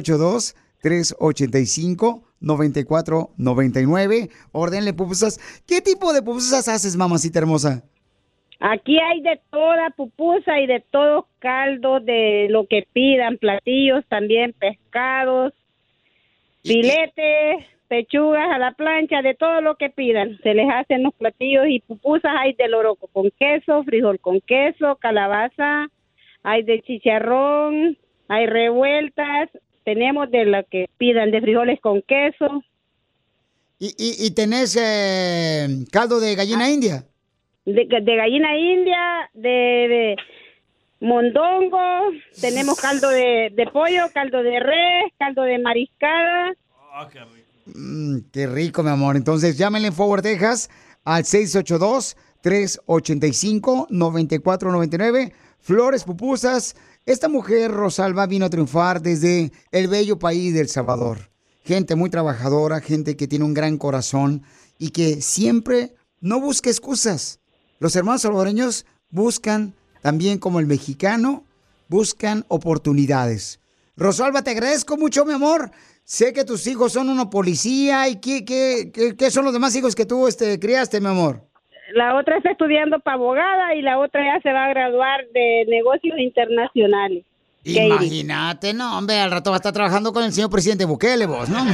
682-385-9499. Ordenle pupusas. ¿Qué tipo de pupusas haces, mamacita hermosa? Aquí hay de toda pupusa y de todo caldo, de lo que pidan, platillos también, pescados, filetes, pechugas a la plancha, de todo lo que pidan. Se les hacen los platillos y pupusas hay de loroco con queso, frijol con queso, calabaza, hay de chicharrón, hay revueltas, tenemos de lo que pidan, de frijoles con queso. ¿Y tenés caldo de gallina india? De gallina india, de mondongo, tenemos caldo de pollo, caldo de res, caldo de mariscada. Qué rico. Qué rico, mi amor. Entonces, llámenle en Fort Worth, Texas, al 682-385-9499. Flores pupusas. Esta mujer, Rosalba, vino a triunfar desde el bello país de El Salvador. Gente muy trabajadora, gente que tiene un gran corazón y que siempre no busca excusas. Los hermanos salvadoreños buscan, también como el mexicano, buscan oportunidades. Rosalba, te agradezco mucho, mi amor. Sé que tus hijos son una policía. ¿Y qué son los demás hijos que tú criaste, mi amor? La otra está estudiando para abogada y la otra ya se va a graduar de negocios internacionales. Imagínate, no, hombre, al rato va a estar trabajando con el señor presidente Bukele, vos, ¿no?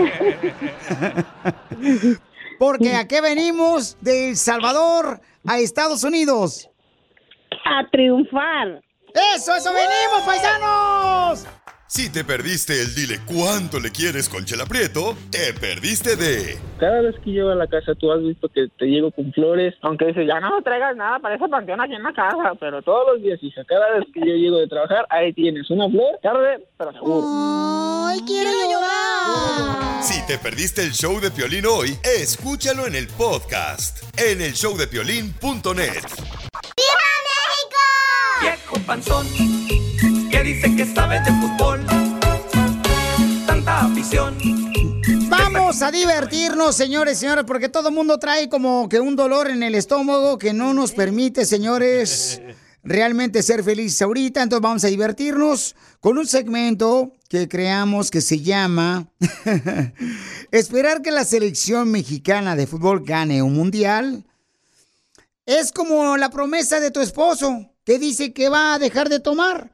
Porque ¿a qué venimos de El Salvador a Estados Unidos? A triunfar. ¡Eso venimos, paisanos! Si te perdiste el dile cuánto le quieres con Chela Prieto, te perdiste de... Cada vez que llego a la casa, tú has visto que te llego con flores, aunque dices, ya no me traigas nada para esa panteón aquí en la casa, pero todos los días, hija, cada vez que yo llego de trabajar, ahí tienes una flor, tarde, pero seguro. ¡Ay, quiero llorar! Si te perdiste el show de Piolín hoy, escúchalo en el podcast, en elshowdepiolín.net. ¡Viva México! Viejo panzón, que dice que sabe de fútbol, tanta afición. Vamos a divertirnos, señores y señoras, porque todo el mundo trae como que un dolor en el estómago que no nos permite, señores, realmente ser felices ahorita. Entonces vamos a divertirnos con un segmento que creamos que se llama Esperar que la selección mexicana de fútbol gane un mundial. Es como la promesa de tu esposo, que dice que va a dejar de tomar.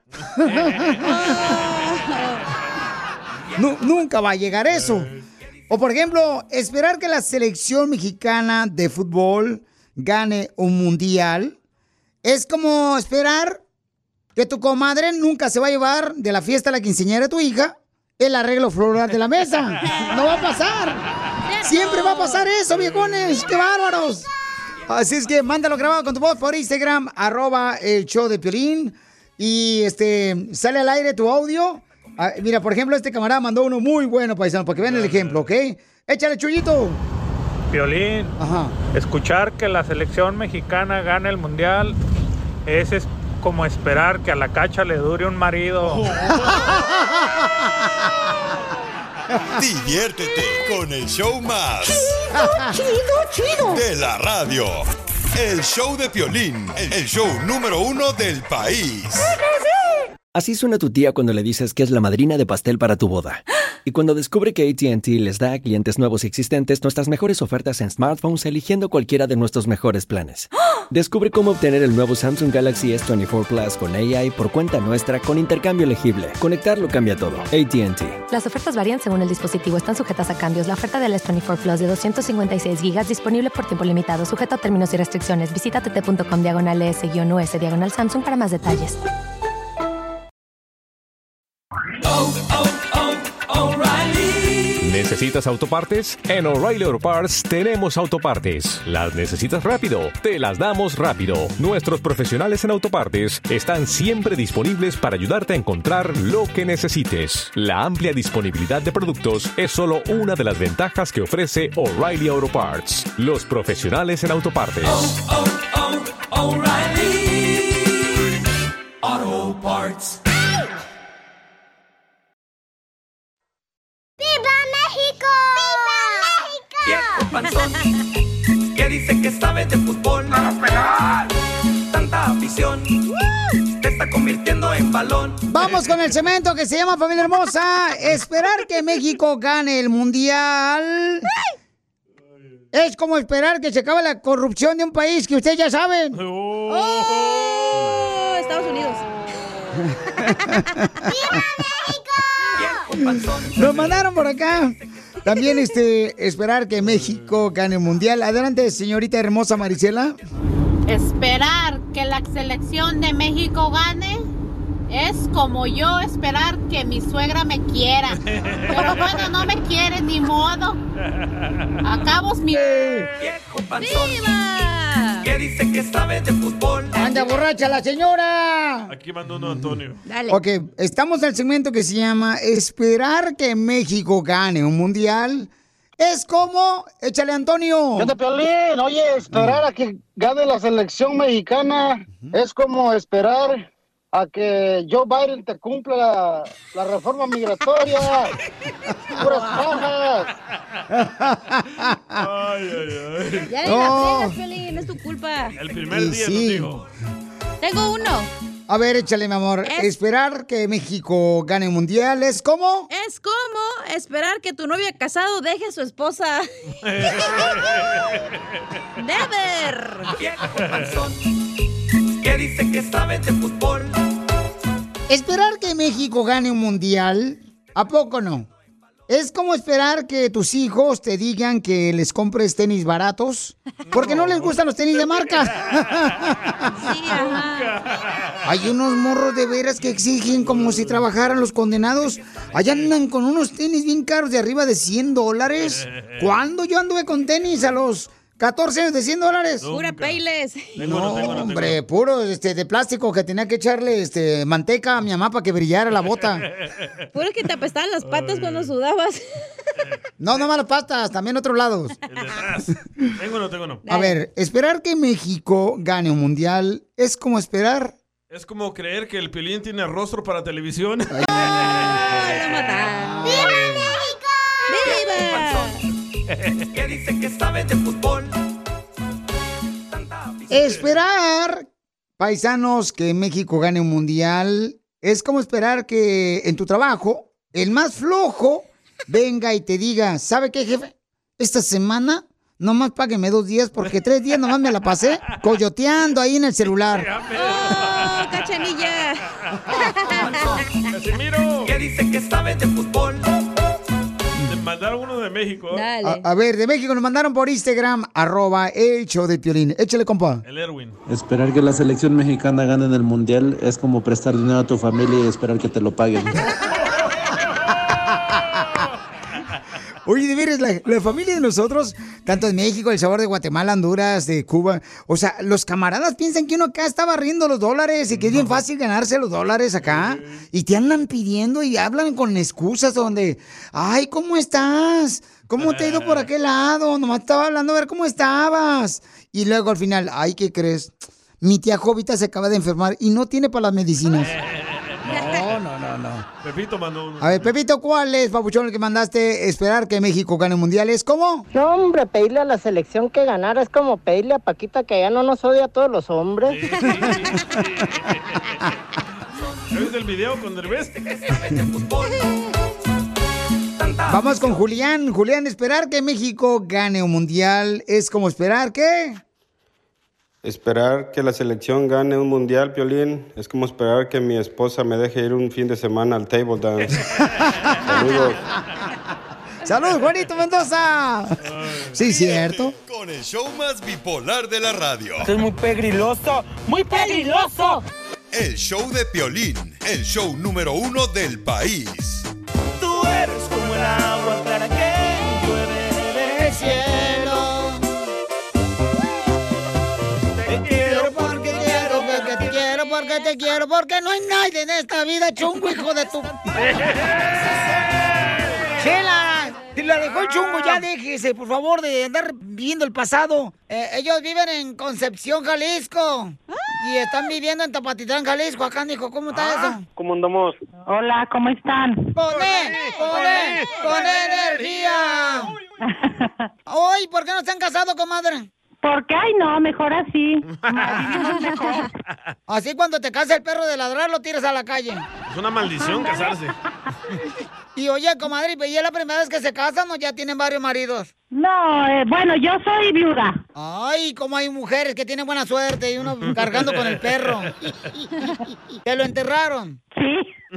Nunca va a llegar eso. O, por ejemplo, esperar que la selección mexicana de fútbol gane un mundial es como esperar que tu comadre nunca se va a llevar de la fiesta a la quinceañera de tu hija el arreglo floral de la mesa. No va a pasar. Siempre va a pasar eso, viejones. ¡Qué bárbaros! Así es que mándalo grabado con tu voz por Instagram, @el-show-de-Piolín. Y sale al aire tu audio. Mira, por ejemplo, este camarada mandó uno muy bueno, paisano, para que vean el ejemplo, ¿ok? Échale, Chuyito. Piolín, escuchar que la selección mexicana gane el mundial es como esperar que a la Cacha le dure un marido. Diviértete con el show más chido de la radio. El show de Piolín, el show número 1 del país. Así suena tu tía cuando le dices que es la madrina de pastel para tu boda. Y cuando descubre que AT&T les da a clientes nuevos y existentes nuestras mejores ofertas en smartphones eligiendo cualquiera de nuestros mejores planes. Descubre cómo obtener el nuevo Samsung Galaxy S24 Plus con AI por cuenta nuestra con intercambio elegible. Conectarlo cambia todo. AT&T. Las ofertas varían según el dispositivo. Están sujetas a cambios. La oferta del S24 Plus de 256 GB disponible por tiempo limitado. Sujeto a términos y restricciones. Visita tt.com/s-us/Samsung para más detalles. ¿Necesitas autopartes? En O'Reilly Auto Parts tenemos autopartes. ¿Las necesitas rápido? Te las damos rápido. Nuestros profesionales en autopartes están siempre disponibles para ayudarte a encontrar lo que necesites. La amplia disponibilidad de productos es solo una de las ventajas que ofrece O'Reilly Auto Parts. Los profesionales en autopartes. O'Reilly Auto Parts. Viejo panzón, que dice que sabe de fútbol. Tanta afición te está convirtiendo en balón. Vamos con el segmento que se llama Familia Hermosa. Esperar que México gane el Mundial es como esperar que se acabe la corrupción de un país que ustedes ya saben. ¡Oh! Estados Unidos. ¡Viva México! Nos mandaron por acá. También esperar que México gane el Mundial. Adelante, señorita hermosa Marisela. Esperar que la selección de México gane es como yo esperar que mi suegra me quiera. Pero bueno, no me quiere, ni modo. Acabos mi... ¡Viva! Que dice que sabe de fútbol. ¡Anda borracha la señora! Aquí mandó uno Antonio. Dale. Ok, estamos en el segmento que se llama Esperar que México gane un Mundial. Es como... Échale, Antonio. ¿Qué onda, Piolín? Oye, esperar a que gane la selección mexicana es como esperar a que Joe Biden te cumpla la reforma migratoria. Puras pajas. Ya ni la pegas, Piolín, es tu culpa. El primer día nos dijo. Tengo uno. A ver, échale, mi amor. Esperar que México gane un Mundial es como... Es como esperar que tu novia casado deje a su esposa. Never. Que dice que sabe de fútbol. Esperar que México gane un Mundial, ¿a poco no? Es como esperar que tus hijos te digan que les compres tenis baratos porque no les gustan los tenis de marca. Sí, ajá. Hay unos morros de veras que exigen como si trabajaran los condenados. Allá andan con unos tenis bien caros de arriba de $100. ¿Cuándo yo anduve con tenis a los 14 años de $100? Pura Payless. No, hombre, puro de plástico que tenía que echarle manteca a mi mamá para que brillara la bota. Puro que te apestaban las patas cuando sudabas. No, no malas patas, también otros lados. El detrás. Tengo uno, tengo uno. A ver, esperar que México gane un Mundial es como esperar... Es como creer que el Piolín tiene rostro para televisión. ¡Viva México! ¡Viva! Que dice que sabe de fútbol. Esperar, paisanos, que México gane un Mundial es como esperar que en tu trabajo el más flojo venga y te diga, ¿sabe qué, jefe? Esta semana nomás págueme 2 días porque 3 días nomás me la pasé coyoteando ahí en el celular. ¡Oh, Cachanilla! ¡Casimiro! Que dice que sabe de fútbol. Mandaron uno de México. A ver, de México nos mandaron por Instagram, @el show de Piolín. Échale, compa. El Erwin. Esperar que la selección mexicana gane en el Mundial es como prestar dinero a tu familia y esperar que te lo paguen. Oye, de veras, la familia de nosotros, tanto de México, El Sabor de Guatemala, Honduras, de Cuba, o sea, los camaradas piensan que uno acá está barriendo los dólares y que es bien fácil ganarse los dólares acá. Y te andan pidiendo y hablan con excusas donde, ay, ¿cómo estás? ¿Cómo te ha ido por aquel lado? Nomás estaba hablando a ver cómo estabas. Y luego al final, ay, ¿qué crees? Mi tía Jovita se acaba de enfermar y no tiene para las medicinas. No. Pepito mandó uno. A ver, Pepito, ¿cuál es, papuchón, el que mandaste esperar que México gane mundiales? ¿Cómo? No, hombre, pedirle a la selección que ganara es como pedirle a Paquita que ya no nos odia a todos los hombres. Sí. ¿Ves el video con Derbez? Vamos con Julián. Julián, esperar que México gane un mundial es como esperar ¿qué? Esperar que la selección gane un mundial, Piolín, es como esperar que mi esposa me deje ir un fin de semana al table dance. Saludos. ¡Saludos, Juanito Mendoza! Sí, cierto. Con el show más bipolar de la radio. Esto es muy pegriloso, muy pegriloso. El show de Piolín, el show número 1 del país. Tú eres como el agua clara que llueve del cielo. Te quiero porque quiero, porque te quiero, porque te quiero, porque no hay nadie en esta vida chungo, hijo de tu... Chela, si la dejó el chungo, ya déjese, por favor, de andar viviendo el pasado. Ellos viven en Concepción, Jalisco. Y están viviendo en Tepatitlán, Jalisco. Acá, hijo, ¿cómo está eso? ¿Cómo andamos? Hola, ¿cómo están? ¡Con energía! Ay, ¿por qué no se han casado, comadre? Porque, ay, no, mejor así. Mejor. Así cuando te casa el perro de ladrar, lo tiras a la calle. Es una maldición casarse. Y oye, comadre, ¿y es la primera vez que se casan o ya tienen varios maridos? No, bueno, yo soy viuda. Ay, como hay mujeres que tienen buena suerte y uno cargando con el perro. ¿Te lo enterraron? Sí.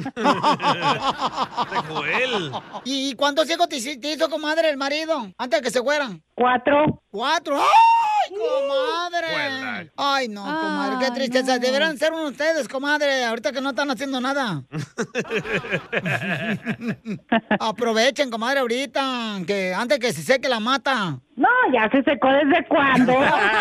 Joel. ¿Y cuántos hijos te hizo, comadre, el marido? Antes de que se fueran. 4. 4. ¡Ay, comadre! Ay, no, comadre, qué tristeza. Deberán ser ustedes, comadre, ahorita que no están haciendo nada. Aprovechen, comadre, ahorita, que antes que se seque la mata. No, ya se secó desde cuándo.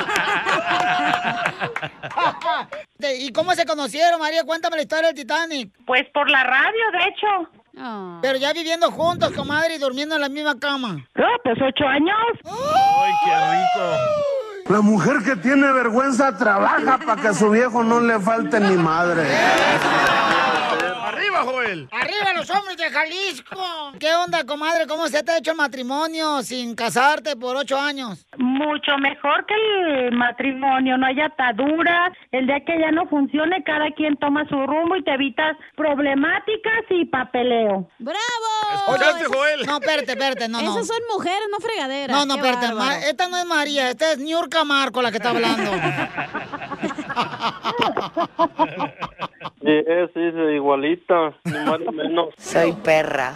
¿Y cómo se conocieron, María? Cuéntame la historia del Titanic. Pues por la radio, de hecho. Pero ya viviendo juntos, comadre, y durmiendo en la misma cama. Pues 8 años. ¡Ay, qué rico! La mujer que tiene vergüenza trabaja para que a su viejo no le falte ni madre. ¡Arriba, Joel! ¡Arriba los hombres de Jalisco! ¿Qué onda, comadre? ¿Cómo se te ha hecho el matrimonio sin casarte por 8 años? Mucho mejor que el matrimonio, no hay ataduras. El día que ya no funcione, cada quien toma su rumbo y te evitas problemáticas y papeleo. ¡Bravo! ¿Escuchaste, Joel? No, espérate, no. Esas son mujeres, no fregaderas. No, Qué espérate. bárbaro. Esta no es María, esta es Niurka Marco la que está hablando. Sí, igualita, ni más ni menos. Soy perra.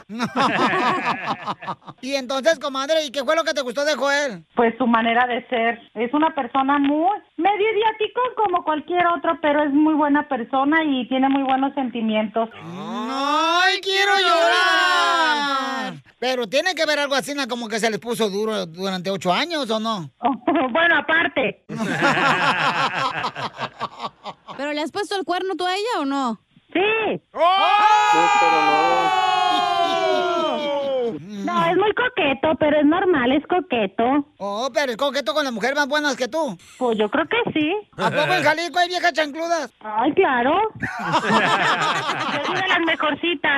Y entonces, comadre, ¿y qué fue lo que te gustó de Joel? Pues su manera de ser. Es una persona muy medio idiático como cualquier otro, pero es muy buena persona y tiene muy buenos sentimientos. ¡Ay, quiero llorar! Pero tiene que ver algo así, ¿no? Como que se les puso duro durante 8 años, ¿o no? Bueno, aparte. ¿Pero le has puesto el cuerno tú a ella o no? Sí. No, es muy coqueto, pero es normal, es coqueto. Oh, pero es coqueto con las mujeres más buenas que tú. Pues yo creo que sí. ¿A poco en Jalisco hay viejas chancludas? Ay, claro. Yo soy de las mejorcitas.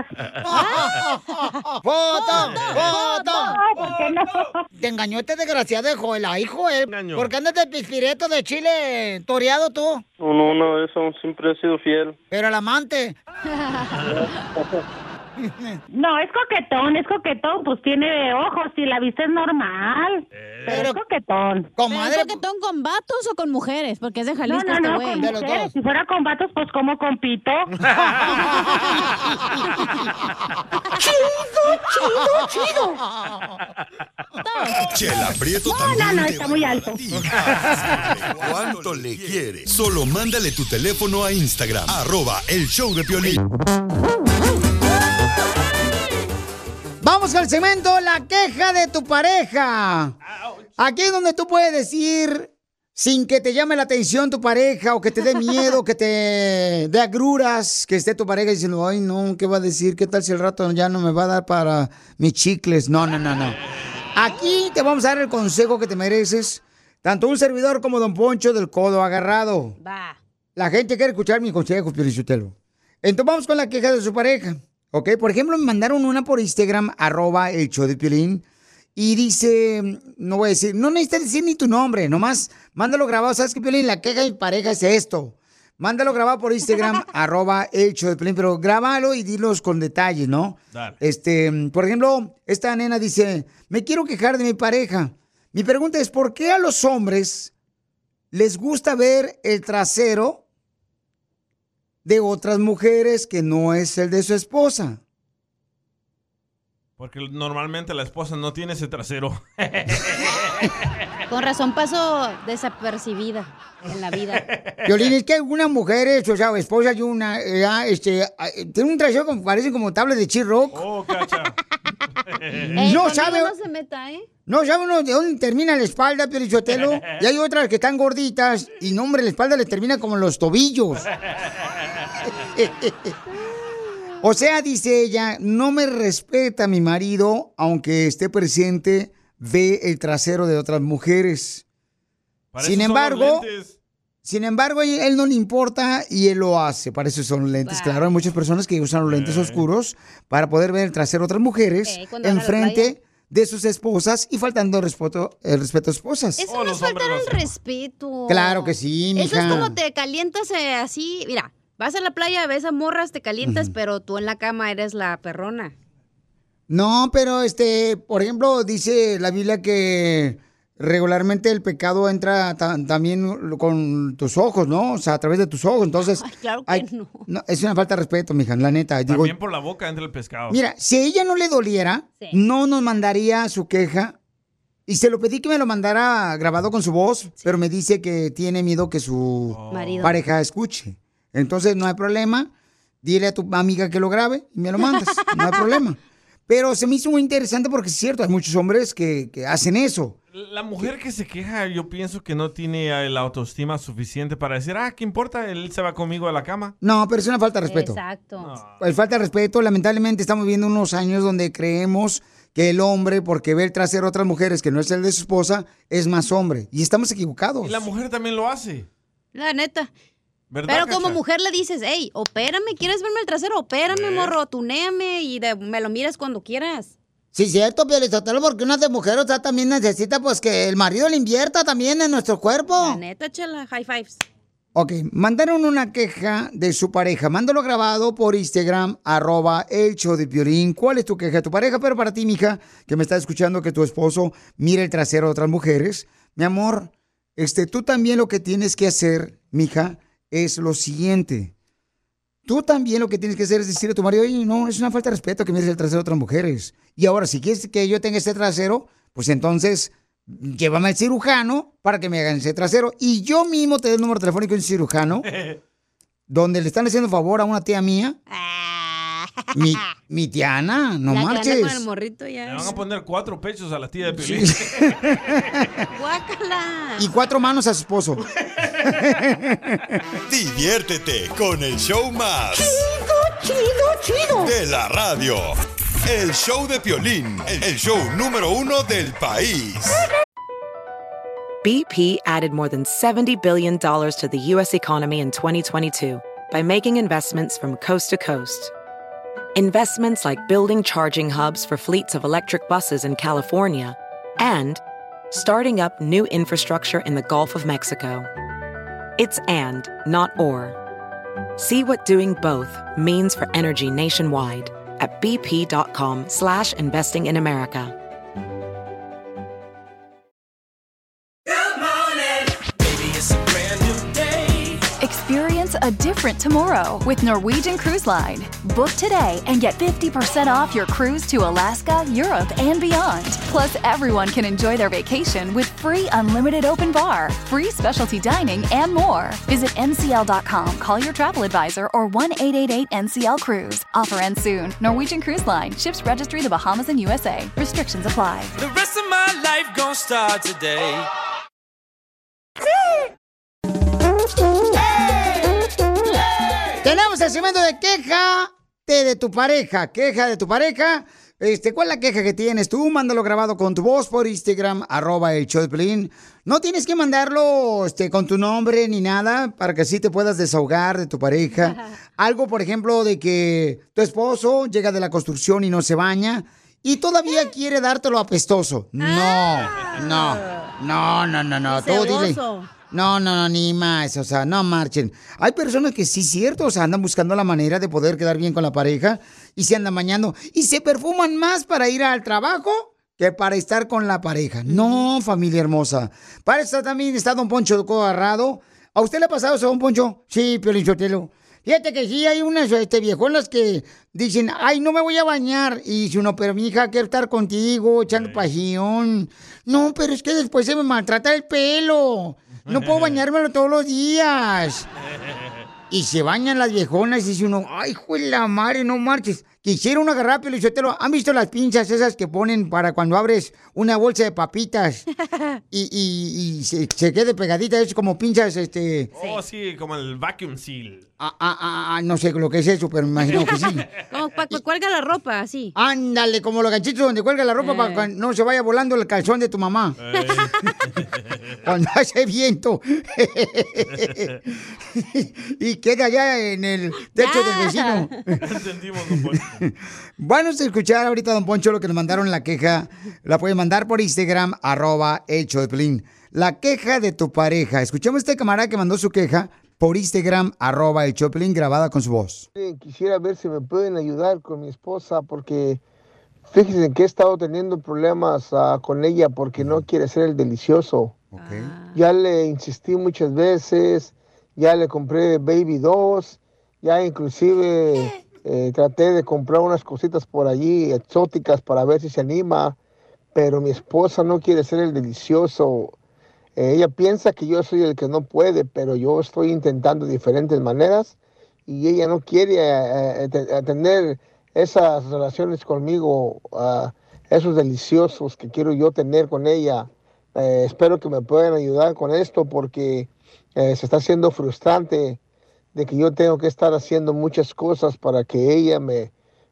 ¡Foto! ¿Por qué no? Te engañó este desgraciado de Joel. Ay, Joel. ¿Por qué andas de pispireto de chile toreado tú? No, eso siempre he sido fiel. Pero el amante. No, es coquetón, pues tiene ojos, si la vista es normal. Pero es coquetón. Comadre, ¿Es coquetón con vatos o con mujeres? Porque es de Jalisco este No, güey. con mujeres. Si fuera con vatos, pues como compito. ¡Chido! Chela Prieto No, también te está va muy a alto. decirle cuánto le quiere. Solo mándale tu teléfono a Instagram, @elshowdepiolín. Vamos al segmento La Queja de tu Pareja. Aquí es donde tú puedes decir, sin que te llame la atención tu pareja, o que te dé miedo, que te dé agruras, que esté tu pareja diciendo, ay, no, ¿qué va a decir? ¿Qué tal si el rato ya no me va a dar para mis chicles? No. Aquí te vamos a dar el consejo que te mereces, tanto un servidor como Don Poncho del Codo Agarrado. Va. La gente quiere escuchar mis consejos, Piolichotelo. Entonces vamos con la queja de su pareja. Ok, por ejemplo, me mandaron una por Instagram, @elshowdepiolín, y dice, no voy a decir, no necesitas decir ni tu nombre, nomás mándalo grabado. ¿Sabes qué, Piolín? La queja de mi pareja es esto. Mándalo grabado por Instagram, @elshowdepiolín, pero grábalo y dilos con detalles, ¿no? Dale. Por ejemplo, esta nena dice, me quiero quejar de mi pareja. Mi pregunta es, ¿por qué a los hombres les gusta ver el trasero de otras mujeres que no es el de su esposa? Porque normalmente la esposa no tiene ese trasero. Con razón paso desapercibida en la vida. Piolín, es que algunas mujeres, o sea, esposas de una, tienen un trasero que parecen como tablas de Chirroc. Oh, cacha. No sabe. No se meta, ¿eh? No sabe uno de dónde termina la espalda, Piolichotelo. Y hay otras que están gorditas y no, hombre, la espalda les termina como en los tobillos. O sea, dice ella, no me respeta mi marido, aunque esté presente, ve el trasero de otras mujeres. Sin embargo, a él no le importa y él lo hace. Para eso son lentes. Claro, hay muchas personas que usan los lentes oscuros para poder ver el trasero de otras mujeres enfrente de sus esposas y faltando el respeto a esposas. Eso no es faltar el respeto. Claro que sí, mija. Eso es como te calientas así, mira. Vas a la playa, ves a morras, te calientas, pero tú en la cama eres la perrona. No, pero por ejemplo, dice la Biblia que regularmente el pecado entra también con tus ojos, ¿no? O sea, a través de tus ojos. Entonces, ay, claro que no. Es una falta de respeto, mija, la neta. También por la boca entra el pescado. Mira, si a ella no le doliera, no nos mandaría su queja. Y se lo pedí que me lo mandara grabado con su voz, pero me dice que tiene miedo que su pareja escuche. Entonces, no hay problema. Dile a tu amiga que lo grabe y me lo mandas. No hay problema. Pero se me hizo muy interesante porque es cierto, hay muchos hombres que hacen eso. La mujer que se queja, yo pienso que no tiene la autoestima suficiente para decir, ¿qué importa? Él se va conmigo a la cama. No, pero es una falta de respeto. Exacto. Es falta de respeto. Lamentablemente estamos viviendo unos años donde creemos que el hombre, porque ve el trasero de otras mujeres que no es el de su esposa, es más hombre. Y estamos equivocados. Y la mujer también lo hace. La neta. ¿Verdad, pero Cacha? como mujer le dices, hey, opérame, ¿quieres verme el trasero? Opérame, morro, tunéame y me lo miras cuando quieras. Sí, cierto, Piolizotelo, porque una de mujer, o sea, también necesita pues que el marido le invierta también en nuestro cuerpo. La neta, chela, high fives. Ok, mandaron una queja de su pareja. Mándalo grabado por Instagram, @elshowdepiolín. ¿Cuál es tu queja de tu pareja? Pero para ti, mija, que me está escuchando que tu esposo mire el trasero de otras mujeres. Mi amor, tú también lo que tienes que hacer, mija, es lo siguiente. Tú también lo que tienes que hacer es decirle a tu marido, oye, no, es una falta de respeto que mires el trasero de otras mujeres. Y ahora, si quieres que yo tenga este trasero, pues entonces llévame al cirujano para que me hagan ese trasero. Y yo mismo te doy el número telefónico de un cirujano donde le están haciendo favor a una tía mía. Mi tía Ana, no marches. Con el morrito ya. Le van a poner 4 pechos a la tía de Piolín. Sí. Guácala. Y 4 manos a su esposo. Diviértete con el show más Chido de la radio. El show de Piolín, el show número 1 del país. BP added more than $70 billion to the U.S. economy in 2022 by making investments from coast to coast. Investments like building charging hubs for fleets of electric buses in California and starting up new infrastructure in the Gulf of Mexico. It's and, not or. See what doing both means for energy nationwide at bp.com/investing in America. Experience a different tomorrow with Norwegian Cruise Line. Book today and get 50% off your cruise to Alaska, Europe, and beyond. Plus, everyone can enjoy their vacation with free unlimited open bar, free specialty dining, and more. Visit ncl.com, call your travel advisor, or 1-888-NCL-CRUISE. Offer ends soon. Norwegian Cruise Line. Ships registry the Bahamas and USA. Restrictions apply. The rest of my life gon' start today. Tenemos el segmento de queja de tu pareja. Queja de tu pareja. ¿Cuál es la queja que tienes tú? Mándalo grabado con tu voz por Instagram, @elshowdepiolín. No tienes que mandarlo con tu nombre ni nada para que así te puedas desahogar de tu pareja. Algo, por ejemplo, de que tu esposo llega de la construcción y no se baña y todavía quiere dártelo apestoso. No. No. Tú dile. No, ni más, o sea, no marchen. Hay personas que sí, cierto, o sea, andan buscando la manera de poder quedar bien con la pareja y se andan bañando y se perfuman más para ir al trabajo que para estar con la pareja. No, familia hermosa. Para eso también está Don Poncho agarrado. ¿A usted le ha pasado eso, Don Poncho? Sí, Piolín Sotelo. Fíjate que sí hay unas viejonas que dicen, ay, no me voy a bañar. Y dice uno, pero mi hija, quiero estar contigo, echando pasión. No, pero es que después se me maltrata el pelo. No puedo bañármelo todos los días. Y se bañan las viejonas y dice uno, ay, hijo de la madre, no marches. Quisiera una agarrar, Piolín Sotelo. ¿Han visto las pinzas esas que ponen para cuando abres una bolsa de papitas? Y se quede pegadita, es como pinzas, Oh, sí, como el vacuum seal. No sé lo que es eso, pero me imagino que sí. Como para que cuelga la ropa, así. Ándale, como los ganchitos donde cuelga la ropa para que no se vaya volando el calzón de tu mamá. Cuando hace viento. Y queda allá en el techo del vecino. Entendimos, don Poncho. Vamos a escuchar ahorita, Don Poncho, lo que nos mandaron la queja. La pueden mandar por Instagram, @elshowdepiolín. La queja de tu pareja. Escuchemos a este camarada que mandó su queja por Instagram, @elshowdepiolín, grabada con su voz. Quisiera ver si me pueden ayudar con mi esposa porque fíjense que he estado teniendo problemas con ella porque no quiere ser el delicioso. Ya le insistí muchas veces, ya le compré Baby 2, ya inclusive traté de comprar unas cositas por allí exóticas para ver si se anima, pero mi esposa no quiere ser el delicioso. Ella piensa que yo soy el que no puede, pero yo estoy intentando diferentes maneras y ella no quiere tener esas relaciones conmigo, esos deliciosos que quiero yo tener con ella. Espero que me puedan ayudar con esto porque se está haciendo frustrante de que yo tengo que estar haciendo muchas cosas para que ella me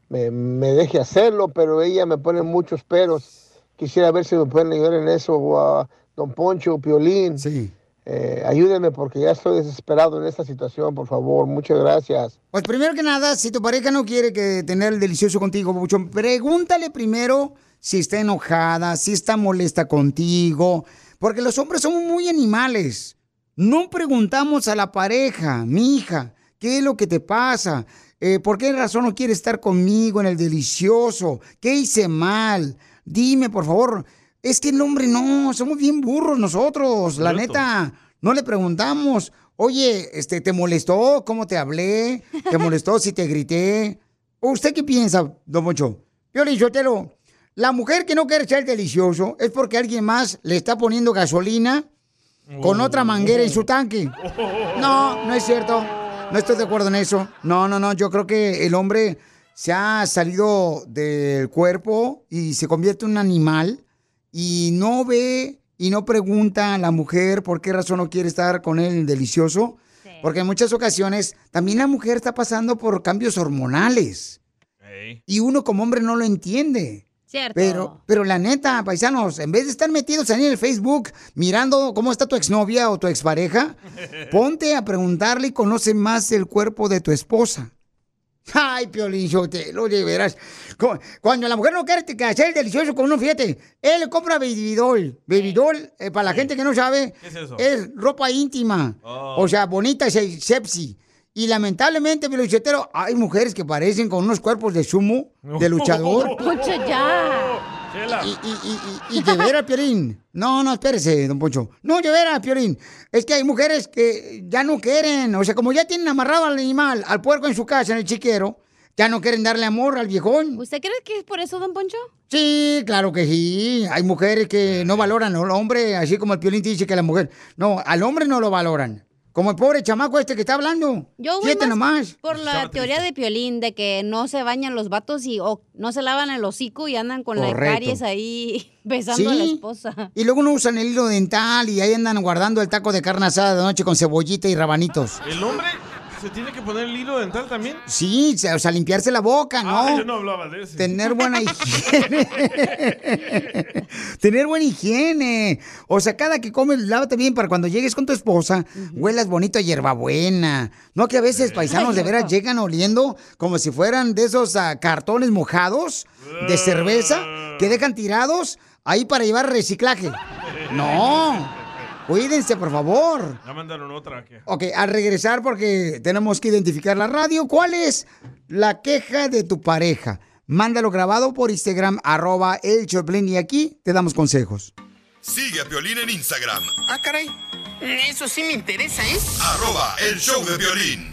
deje hacerlo, pero ella me pone muchos peros. Quisiera ver si me pueden ayudar en eso, Don Poncho, Piolín. Sí. Ayúdenme porque ya estoy desesperado en esta situación, por favor. Muchas gracias. Pues primero que nada, si tu pareja no quiere tener el delicioso contigo, mucho, pregúntale primero si está enojada, si está molesta contigo, porque los hombres somos muy animales. No preguntamos a la pareja, mi hija, ¿qué es lo que te pasa? ¿Por qué razón no quieres estar conmigo en el delicioso? ¿Qué hice mal? Dime, por favor. Es que el hombre no, somos bien burros nosotros, la neta. No le preguntamos, oye, ¿te molestó cómo te hablé? ¿Te molestó si te grité? ¿Usted qué piensa, Don Poncho? Piolín Sotelo, la mujer que no quiere ser delicioso es porque alguien más le está poniendo gasolina con otra manguera en su tanque. No es cierto. No estoy de acuerdo en eso. No. Yo creo que el hombre se ha salido del cuerpo y se convierte en un animal y no ve y no pregunta a la mujer por qué razón no quiere estar con él delicioso. Sí. Porque en muchas ocasiones también la mujer está pasando por cambios hormonales. Hey. Y uno como hombre no lo entiende. Cierto. Pero la neta, paisanos, en vez de estar metidos ahí en el Facebook mirando cómo está tu exnovia o tu expareja, ponte a preguntarle y conoce más el cuerpo de tu esposa. Ay, Piolín Sotelo, de veras. Cuando la mujer no quiere hacer el delicioso con uno, fíjate, él le compra Baby Doll. Baby Doll, para la gente que no sabe, ¿qué es eso? Es ropa íntima. O sea, bonita, sexy. Y lamentablemente, Piolín Sotelo, hay mujeres que parecen con unos cuerpos de sumo, de luchador. Poncho, ya. Y de veras, Piolín. No, espérese, Don Poncho. No, de veras, Piolín. Es que hay mujeres que ya no quieren. O sea, como ya tienen amarrado al animal, al puerco en su casa, en el chiquero, ya no quieren darle amor al viejón. ¿Usted cree que es por eso, Don Poncho? Sí, claro que sí. Hay mujeres que no valoran al hombre, así como el Piolín te dice que la mujer. No, al hombre no lo valoran. Como el pobre chamaco que está hablando. Yo voy nomás por la teoría de Piolín de que no se bañan los vatos y no se lavan el hocico y andan con la caries ahí besando a la esposa. Y luego no usan el hilo dental y ahí andan guardando el taco de carne asada de noche con cebollita y rabanitos. ¿El hombre se tiene que poner el hilo dental también? Sí, o sea, limpiarse la boca, ¿no? Yo no hablaba de eso. Tener buena higiene. Tener buena higiene. O sea, cada que comes, lávate bien para cuando llegues con tu esposa, huelas bonito a hierbabuena. No que a veces paisanos de veras llegan oliendo como si fueran de esos cartones mojados de cerveza que dejan tirados ahí para llevar reciclaje. No. Cuídense, por favor. Ya mandaron otra. ¿Qué? Ok, al regresar, porque tenemos que identificar la radio, ¿cuál es la queja de tu pareja? Mándalo grabado por Instagram, @el Choplin, y aquí te damos consejos. Sigue a Piolín en Instagram. Ah, caray. Eso sí me interesa, ¿eh? @el show de Piolín.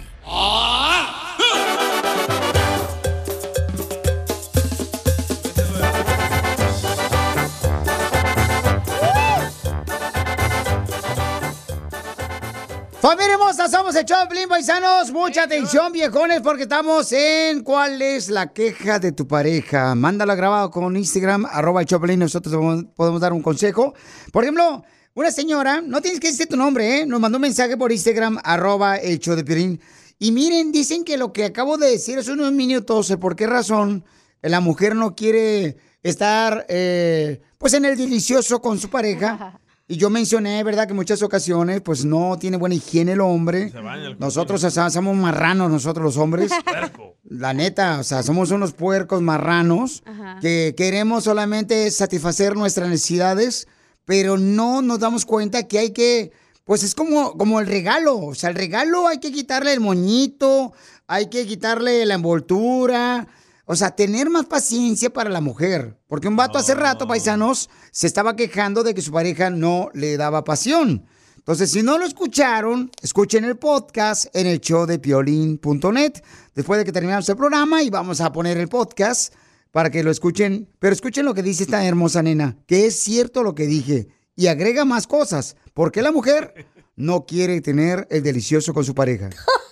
Familia hermosa, somos el Choplin, paisanos. Mucha atención, viejones, porque estamos en ¿cuál es la queja de tu pareja? Mándala grabado con Instagram, @el Choplin. Nosotros podemos dar un consejo. Por ejemplo, una señora, no tienes que decir tu nombre, ¿eh? Nos mandó un mensaje por Instagram, @el show de Piolín. Y miren, dicen que lo que acabo de decir es unos minutos. ¿Por qué razón la mujer no quiere estar, pues, en el delicioso con su pareja? Y yo mencioné, ¿verdad?, que en muchas ocasiones, pues, no tiene buena higiene el hombre. Nosotros, o sea, somos marranos, nosotros los hombres. La neta, o sea, somos unos puercos marranos que queremos solamente satisfacer nuestras necesidades, pero no nos damos cuenta que hay que, pues, es como el regalo. O sea, el regalo hay que quitarle el moñito, hay que quitarle la envoltura. O sea, tener más paciencia para la mujer. Porque un vato hace rato, paisanos, se estaba quejando de que su pareja no le daba pasión. Entonces, si no lo escucharon, escuchen el podcast en el showdepiolin.net. Después de que terminamos el programa, y vamos a poner el podcast para que lo escuchen. Pero escuchen lo que dice esta hermosa nena, que es cierto lo que dije. Y agrega más cosas. ¿Por qué la mujer no quiere tener el delicioso con su pareja?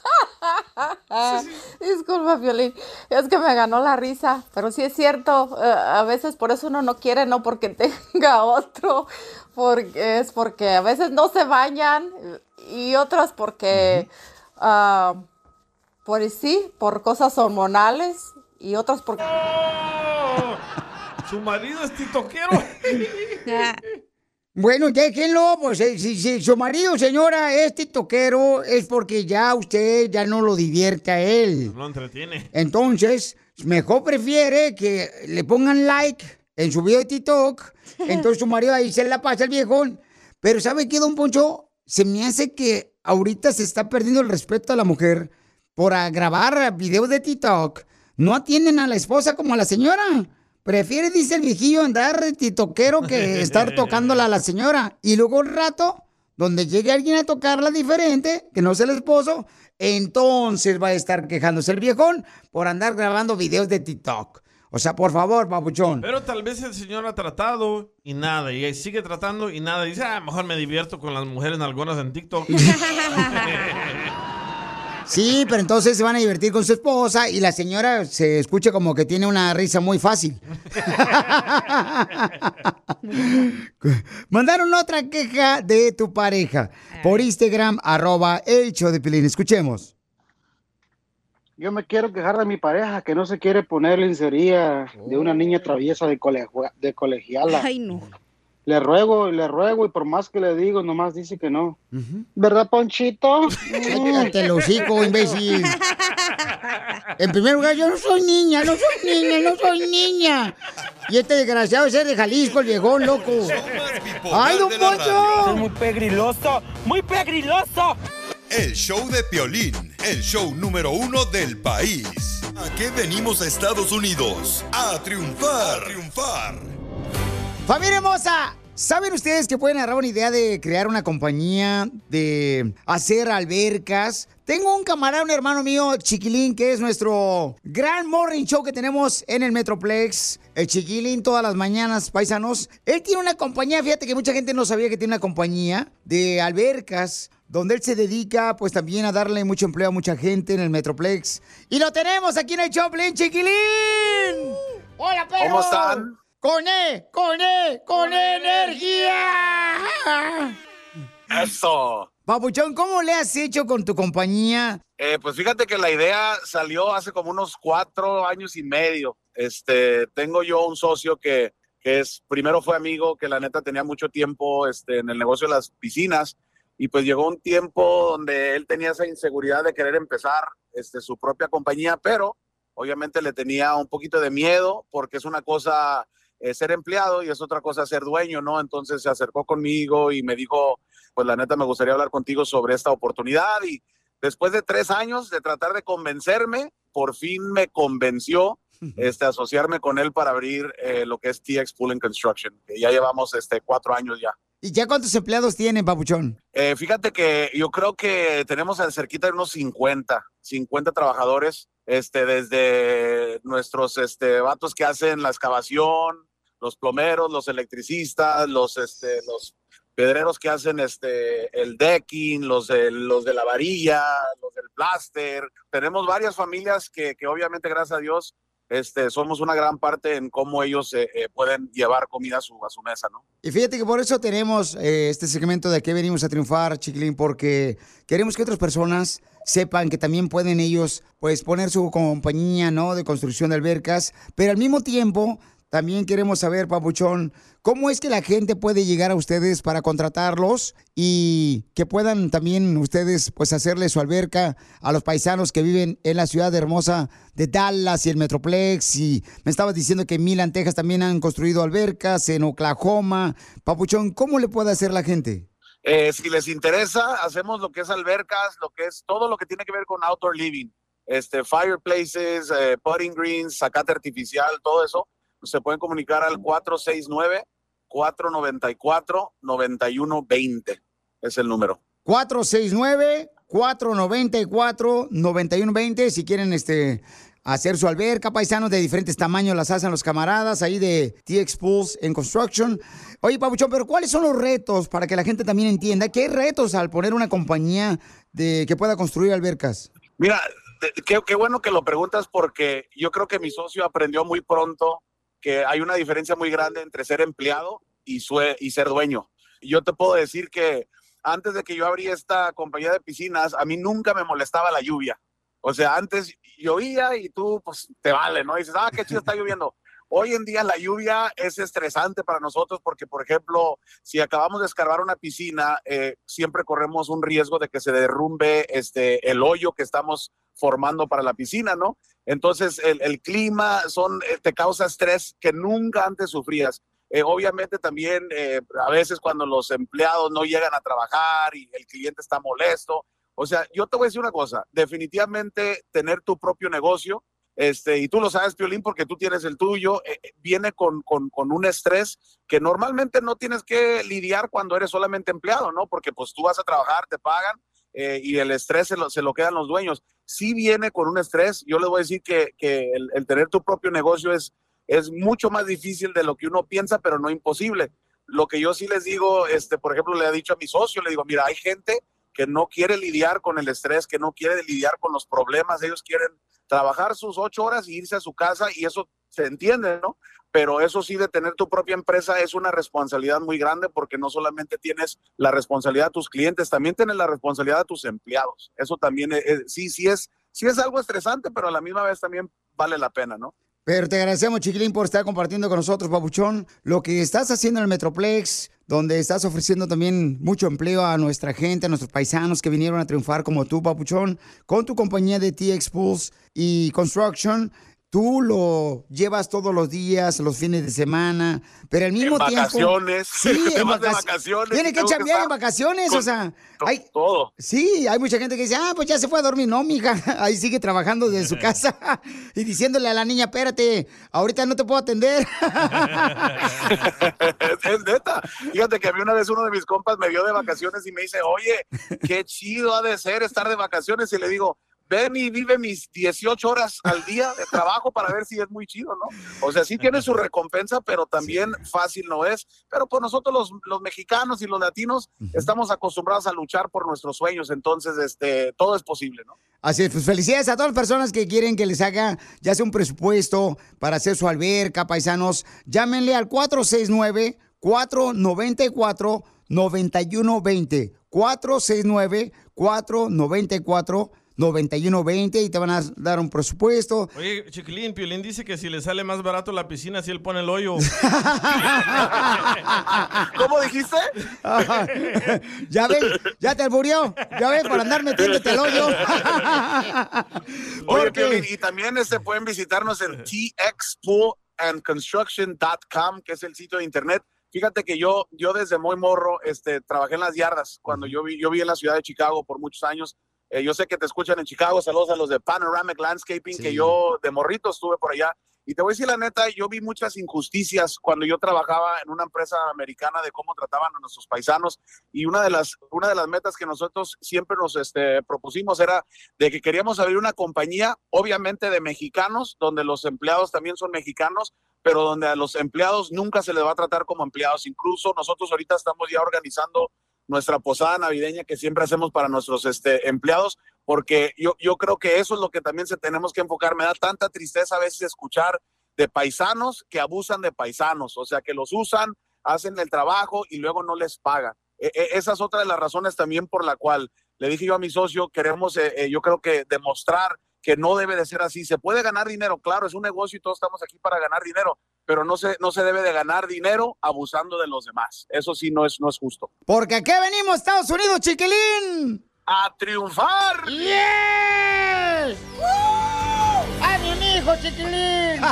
Disculpa, Piolín, es que me ganó la risa, pero sí es cierto, a veces por eso uno no quiere, no porque tenga otro, porque a veces no se bañan, y otras porque, pues sí, por cosas hormonales, y otras porque... ¡Oh! ¿Su marido es titoquero? Bueno, déjenlo, pues si su marido, señora, es titoquero, es porque ya usted ya no lo divierte a él. Lo entretiene. Entonces, mejor prefiere que le pongan like en su video de TikTok, entonces su marido ahí se la pasa el viejón. Pero ¿sabe qué, don Poncho? Se me hace que ahorita se está perdiendo el respeto a la mujer por grabar videos de TikTok. No atienden a la esposa como a la señora. Prefiere, dice el viejillo, andar de titoquero que estar tocándola a la señora. Y luego un rato, donde llegue alguien a tocarla diferente, que no sea el esposo, entonces va a estar quejándose el viejón por andar grabando videos de TikTok. O sea, por favor, papuchón. Pero tal vez el señor ha tratado y nada, y sigue tratando y nada. Y dice, mejor me divierto con las mujeres algunas en TikTok. Sí, pero entonces se van a divertir con su esposa y la señora se escucha como que tiene una risa muy fácil. Mandaron otra queja de tu pareja por Instagram, @el show de Piolín. Escuchemos. Yo me quiero quejar de mi pareja que no se quiere poner lencería de una niña traviesa de colegiala. Ay, no. Le ruego y por más que le digo, nomás dice que no. ¿Verdad, Ponchito? Cállate el hocico, imbécil. En primer lugar, yo no soy niña. Y este desgraciado es de Jalisco, el viejón, loco. ¡Ay, don Poncho! Es muy pegriloso, muy pegriloso. El show de Piolín, el show número 1 del país. ¿A qué venimos a Estados Unidos? A triunfar. Familia hermosa, ¿saben ustedes que pueden agarrar una idea de crear una compañía, de hacer albercas? Tengo un camarada, un hermano mío, Chiquilín, que es nuestro gran morning show que tenemos en el Metroplex. El Chiquilín todas las mañanas, paisanos. Él tiene una compañía, fíjate que mucha gente no sabía que tiene una compañía de albercas, donde él se dedica, pues, también a darle mucho empleo a mucha gente en el Metroplex. Y lo tenemos aquí en el Choplin, Chiquilín. ¡Hola, perro! ¿Cómo están? ¡Con energía! ¡Eso! Papuchón, ¿cómo le has hecho con tu compañía? Pues fíjate que la idea salió hace como unos 4 años y medio. Tengo yo un socio que primero fue amigo, que la neta tenía mucho tiempo en el negocio de las piscinas, y pues llegó un tiempo donde él tenía esa inseguridad de querer empezar su propia compañía, pero obviamente le tenía un poquito de miedo porque es una cosa ser empleado y es otra cosa ser dueño, ¿no? Entonces se acercó conmigo y me dijo, pues la neta me gustaría hablar contigo sobre esta oportunidad, y después de 3 años de tratar de convencerme, por fin me convenció asociarme con él para abrir lo que es TX Pool and Construction, que ya llevamos 4 años ya. ¿Y ya cuántos empleados tienen, papuchón? Fíjate que yo creo que tenemos cerquita de unos 50 trabajadores, desde nuestros vatos que hacen la excavación, los plomeros, los electricistas, los pedreros que hacen el decking, los de la varilla, los del plaster. Tenemos varias familias que obviamente, gracias a Dios, somos una gran parte en cómo ellos pueden llevar comida a su mesa, ¿no? Y fíjate que por eso tenemos este segmento de que venimos a triunfar, Chiquilín, porque queremos que otras personas sepan que también pueden ellos, pues, poner su compañía, ¿no?, de construcción de albercas, pero al mismo tiempo también queremos saber, papuchón, cómo es que la gente puede llegar a ustedes para contratarlos y que puedan también ustedes, pues, hacerle su alberca a los paisanos que viven en la ciudad hermosa de Dallas y el Metroplex. Y me estabas diciendo que en Midland, Texas también han construido albercas, en Oklahoma. Papuchón, ¿cómo le puede hacer la gente? Si les interesa, hacemos lo que es albercas, lo que es todo lo que tiene que ver con outdoor living, fireplaces, putting greens, zacate artificial, todo eso. Se pueden comunicar al 469-494-9120. Es el número. 469-494-9120. Si quieren hacer su alberca, paisanos de diferentes tamaños, las hacen los camaradas ahí de TX Pools and Construction. Oye, papuchón, pero ¿cuáles son los retos para que la gente también entienda? ¿Qué retos al poner una compañía que pueda construir albercas? Mira, qué bueno que lo preguntas, porque yo creo que mi socio aprendió muy pronto que hay una diferencia muy grande entre ser empleado y ser dueño. Yo te puedo decir que antes de que yo abrí esta compañía de piscinas, a mí nunca me molestaba la lluvia. O sea, antes llovía y tú, pues, te vale, ¿no? Y dices, qué chido está lloviendo. Hoy en día la lluvia es estresante para nosotros porque, por ejemplo, si acabamos de escarbar una piscina, siempre corremos un riesgo de que se derrumbe el hoyo que estamos formando para la piscina, ¿no? Entonces, el clima te causa estrés que nunca antes sufrías. Obviamente también a veces cuando los empleados no llegan a trabajar y el cliente está molesto. O sea, yo te voy a decir una cosa, definitivamente tener tu propio negocio, y tú lo sabes, Piolín, porque tú tienes el tuyo, viene con un estrés que normalmente no tienes que lidiar cuando eres solamente empleado, ¿no? Porque pues tú vas a trabajar, te pagan, y el estrés se lo quedan los dueños. Sí viene con un estrés. Yo les voy a decir que el tener tu propio negocio es mucho más difícil de lo que uno piensa, pero no imposible. Lo que yo sí les digo, por ejemplo, le he dicho a mi socio, le digo, mira, hay gente que no quiere lidiar con el estrés, que no quiere lidiar con los problemas. Ellos quieren trabajar sus 8 horas y irse a su casa, y eso se entiende, ¿no? Pero eso sí, de tener tu propia empresa es una responsabilidad muy grande, porque no solamente tienes la responsabilidad de tus clientes, también tienes la responsabilidad de tus empleados. Eso también sí es algo estresante, pero a la misma vez también vale la pena, ¿no? Pero te agradecemos, Chiquilín, por estar compartiendo con nosotros, papuchón, lo que estás haciendo en el Metroplex, donde estás ofreciendo también mucho empleo a nuestra gente, a nuestros paisanos que vinieron a triunfar como tú, papuchón, con tu compañía de TX Pools y Construction. Tú lo llevas todos los días, los fines de semana, pero al mismo tiempo... Vacaciones. Sí, en vacaciones. Tiene que chambear en vacaciones, o sea... Todo. Sí, hay mucha gente que dice, pues ya se fue a dormir. No, mija, ahí sigue trabajando desde su casa y diciéndole a la niña, espérate, ahorita no te puedo atender. Es neta. Fíjate que a mí una vez uno de mis compas me vio de vacaciones y me dice, oye, qué chido ha de ser estar de vacaciones. Y le digo, ven y vive mis 18 horas al día de trabajo para ver si es muy chido, ¿no? O sea, sí tiene su recompensa, pero también fácil no es. Pero pues nosotros los mexicanos y los latinos estamos acostumbrados a luchar por nuestros sueños, entonces todo es posible, ¿no? Así es, pues felicidades a todas las personas que quieren que les haga ya sea un presupuesto para hacer su alberca, paisanos. Llámenle al 469-494-9120. 469-494-9120 y te van a dar un presupuesto. Oye, Chiquilín, Piolín dice que si le sale más barato la piscina si él pone el hoyo. ¿Cómo dijiste? Ya ves, ya te alburió. Ya ves, por andar metiéndote el hoyo. Oye, Piolín, y también pueden visitarnos en TX Pool buildandconstruction.com, que es el sitio de internet. Fíjate que yo desde muy morro trabajé en las yardas. Cuando yo vi en la ciudad de Chicago por muchos años. Yo sé que te escuchan en Chicago. Saludos a los de Panoramic Landscaping, que yo de morrito estuve por allá. Y te voy a decir la neta, yo vi muchas injusticias cuando yo trabajaba en una empresa americana de cómo trataban a nuestros paisanos. Y una de las metas que nosotros siempre nos propusimos era de que queríamos abrir una compañía, obviamente de mexicanos, donde los empleados también son mexicanos, pero donde a los empleados nunca se les va a tratar como empleados. Incluso nosotros ahorita estamos ya organizando nuestra posada navideña que siempre hacemos para nuestros empleados, porque yo creo que eso es lo que también tenemos que enfocar. Me da tanta tristeza a veces escuchar de paisanos que abusan de paisanos, o sea, que los usan, hacen el trabajo y luego no les pagan. Esa es otra de las razones también por la cual le dije yo a mi socio, queremos, yo creo que demostrar que no debe de ser así. Se puede ganar dinero, claro, es un negocio y todos estamos aquí para ganar dinero, pero no se debe de ganar dinero abusando de los demás. Eso sí no es justo. Porque aquí venimos, Estados Unidos, chiquilín. ¡A triunfar! ¡Yes! ¡A mi hijo, chiquilín!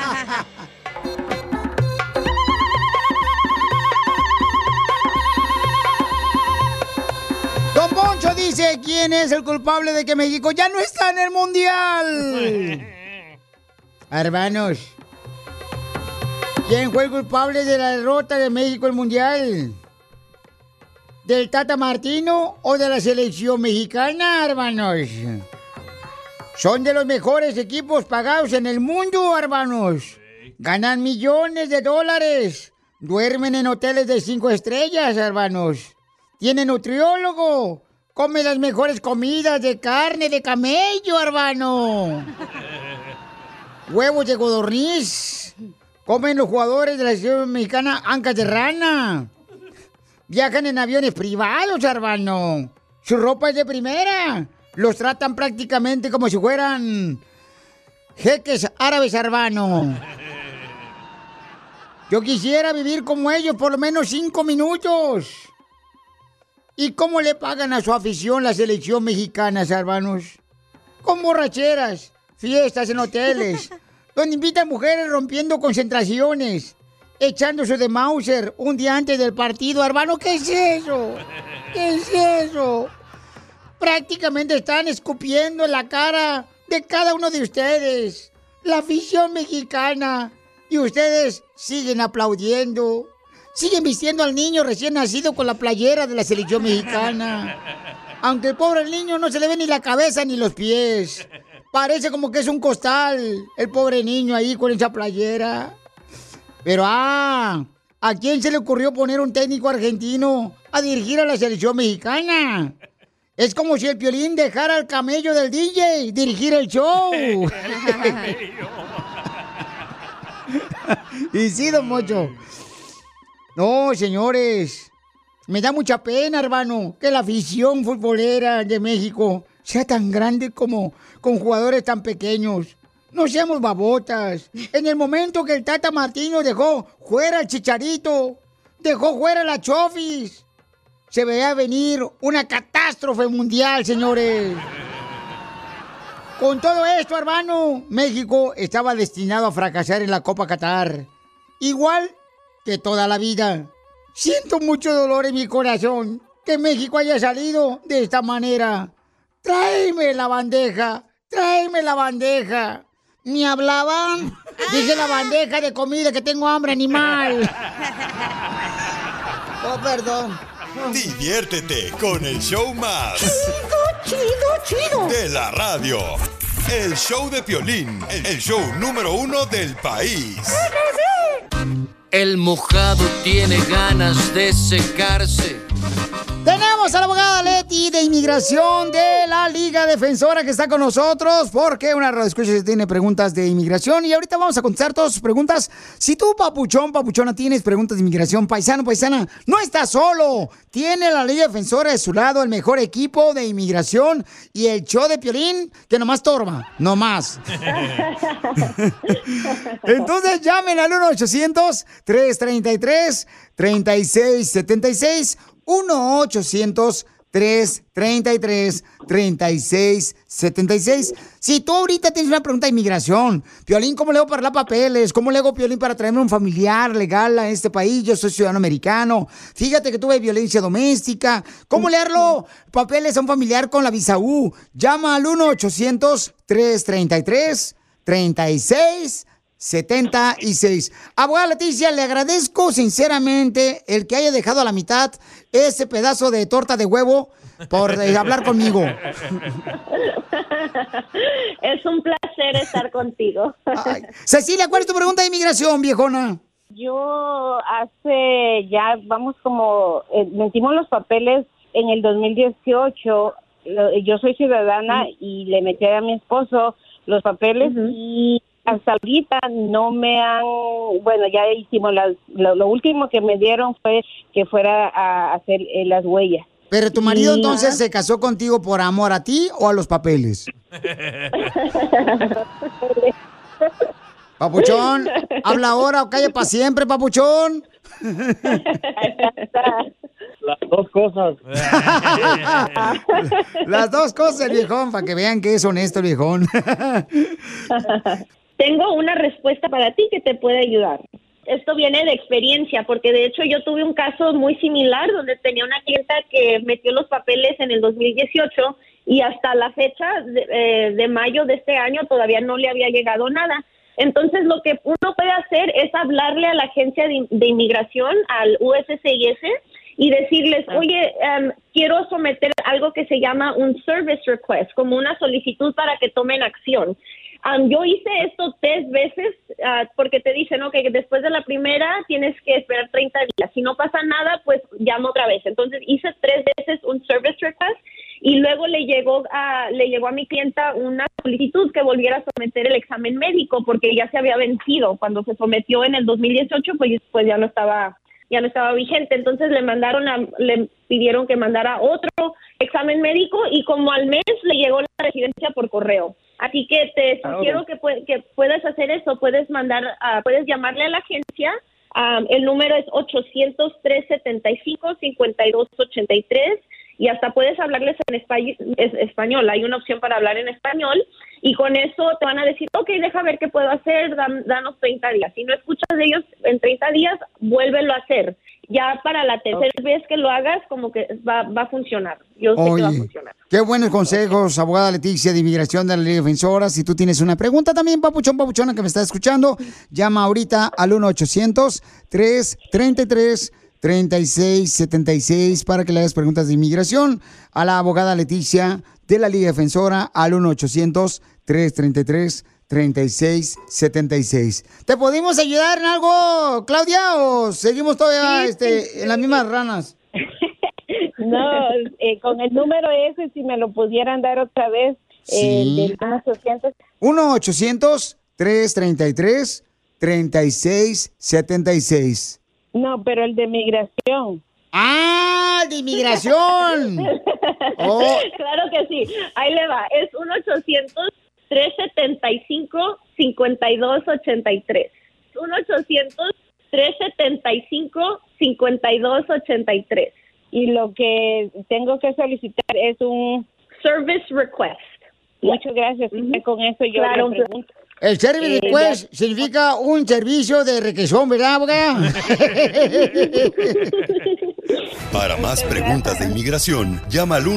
Don Poncho dice, ¿quién es el culpable de que México ya no está en el Mundial? Hermanos, ¿quién fue el culpable de la derrota de México en el Mundial? ¿Del Tata Martino o de la selección mexicana, hermanos? Son de los mejores equipos pagados en el mundo, hermanos. Ganan millones de dólares. Duermen en hoteles de 5 estrellas, hermanos. Tienen nutriólogo. Comen las mejores comidas de carne de camello, hermano. Huevos de codorniz. Comen los jugadores de la selección mexicana ancas de rana. Viajan en aviones privados, hermano. Su ropa es de primera. Los tratan prácticamente como si fueran jeques árabes, hermano. Yo quisiera vivir como ellos por lo menos 5 minutos. ¿Y cómo le pagan a su afición la selección mexicana, hermanos? Con borracheras, fiestas en hoteles, donde invitan mujeres rompiendo concentraciones, echándose de Mauser un día antes del partido, hermano. ¿Qué es eso? ¿Qué es eso? Prácticamente están escupiendo en la cara de cada uno de ustedes, la afición mexicana, y ustedes siguen aplaudiendo, siguen vistiendo al niño recién nacido con la playera de la selección mexicana, aunque el pobre niño no se le ve ni la cabeza ni los pies, parece como que es un costal, el pobre niño ahí con esa playera. Pero ¿a quién se le ocurrió poner un técnico argentino a dirigir a la selección mexicana? Es como si el Piolín dejara al camello del DJ dirigir el show. Y sí, don Mocho. No, señores, me da mucha pena, hermano, que la afición futbolera de México sea tan grande como con jugadores tan pequeños. No seamos babotas. En el momento que el Tata Martino dejó fuera al Chicharito, dejó fuera a la Chofis, se veía venir una catástrofe mundial, señores. Con todo esto, hermano, México estaba destinado a fracasar en la Copa Qatar. Igual que toda la vida. Siento mucho dolor en mi corazón que México haya salido de esta manera. Tráeme la bandeja, tráeme la bandeja. ¿Me hablaban? Dije la bandeja de comida, que tengo hambre, animal. Oh, perdón. Diviértete con el show más chido de la radio. El show de Piolín, el show número 1 del país. El mojado tiene ganas de secarse. Tenemos a la abogada Leti de inmigración de la Liga Defensora que está con nosotros porque una radioescucha tiene preguntas de inmigración y ahorita vamos a contestar todas sus preguntas. Si tú, papuchón, papuchona, tienes preguntas de inmigración, paisano, paisana, no estás solo. Tiene la Liga Defensora de su lado el mejor equipo de inmigración y el show de Piolín que nomás torma, nomás. Entonces llamen al 1-800-333-3676. 1-800-333-3676. 1-800-333-3676. Si tú ahorita tienes una pregunta de inmigración, Piolín, ¿cómo le hago para arreglar papeles? ¿Cómo le hago, Piolín, para traerme un familiar legal a este país? Yo soy ciudadano americano. Fíjate que tuve violencia doméstica. ¿Cómo le hago papeles a un familiar con la visa U? Llama al 1-800-333-3676. Abogada Leticia, le agradezco sinceramente el que haya dejado a la mitad ese pedazo de torta de huevo por hablar conmigo. Es un placer estar contigo. Ay. Cecilia, ¿cuál es tu pregunta de inmigración, viejona? Yo metimos los papeles en el 2018. Yo soy ciudadana y le metí a mi esposo los papeles y hasta ahorita no me han, ya hicimos lo último que me dieron fue que fuera a hacer las huellas. Pero tu marido entonces se casó contigo por amor a ti o a los papeles. Papuchón, habla ahora o calla para siempre, papuchón. Las dos cosas. Las dos cosas, viejón, para que vean que es honesto el viejón. Tengo una respuesta para ti que te puede ayudar. Esto viene de experiencia, porque de hecho yo tuve un caso muy similar donde tenía una clienta que metió los papeles en el 2018 y hasta la fecha de mayo de este año todavía no le había llegado nada. Entonces lo que uno puede hacer es hablarle a la agencia de inmigración, al USCIS, y decirles, oye, quiero someter algo que se llama un service request, como una solicitud para que tomen acción. Yo hice esto 3 veces porque te dicen, que después de la primera tienes que esperar 30 días. Si no pasa nada, pues llamo otra vez. Entonces hice 3 veces un service request y luego le llegó a mi clienta una solicitud que volviera a someter el examen médico porque ya se había vencido. Cuando se sometió en el 2018, pues ya no estaba vigente. Entonces le pidieron que mandara otro examen médico y como al mes le llegó la residencia por correo. Así que te sugiero que puedas hacer eso, puedes llamarle a la agencia, el número es 800-375-5283 y hasta puedes hablarles en español, hay una opción para hablar en español y con eso te van a decir, deja ver qué puedo hacer, danos 30 días. Si no escuchas de ellos en 30 días, vuélvelo a hacer. Ya para la tercera vez que lo hagas, como que va a funcionar. Yo sé que va a funcionar. Qué buenos consejos, abogada Leticia de Inmigración de la Liga Defensora. Si tú tienes una pregunta también, papuchona que me está escuchando, llama ahorita al 1-800-333-3676 para que le hagas preguntas de inmigración a la abogada Leticia de la Liga Defensora al 1-800-333-3676. ¿Te podemos ayudar en algo, Claudia, o seguimos todavía en las mismas ranas? No, con el número ese, si me lo pudieran dar otra vez, del 1-800-333-3676. No, pero el de migración. ¡Ah, el de inmigración! Claro que sí. Ahí le va. Es 1-800-375-5283. 1-800-375-5283. Y lo que tengo que solicitar es un service request. Muchas gracias. Con eso yo le pregunto. El service request significa un servicio de requesón, ¿verdad, abogada? Para más preguntas de inmigración, llama al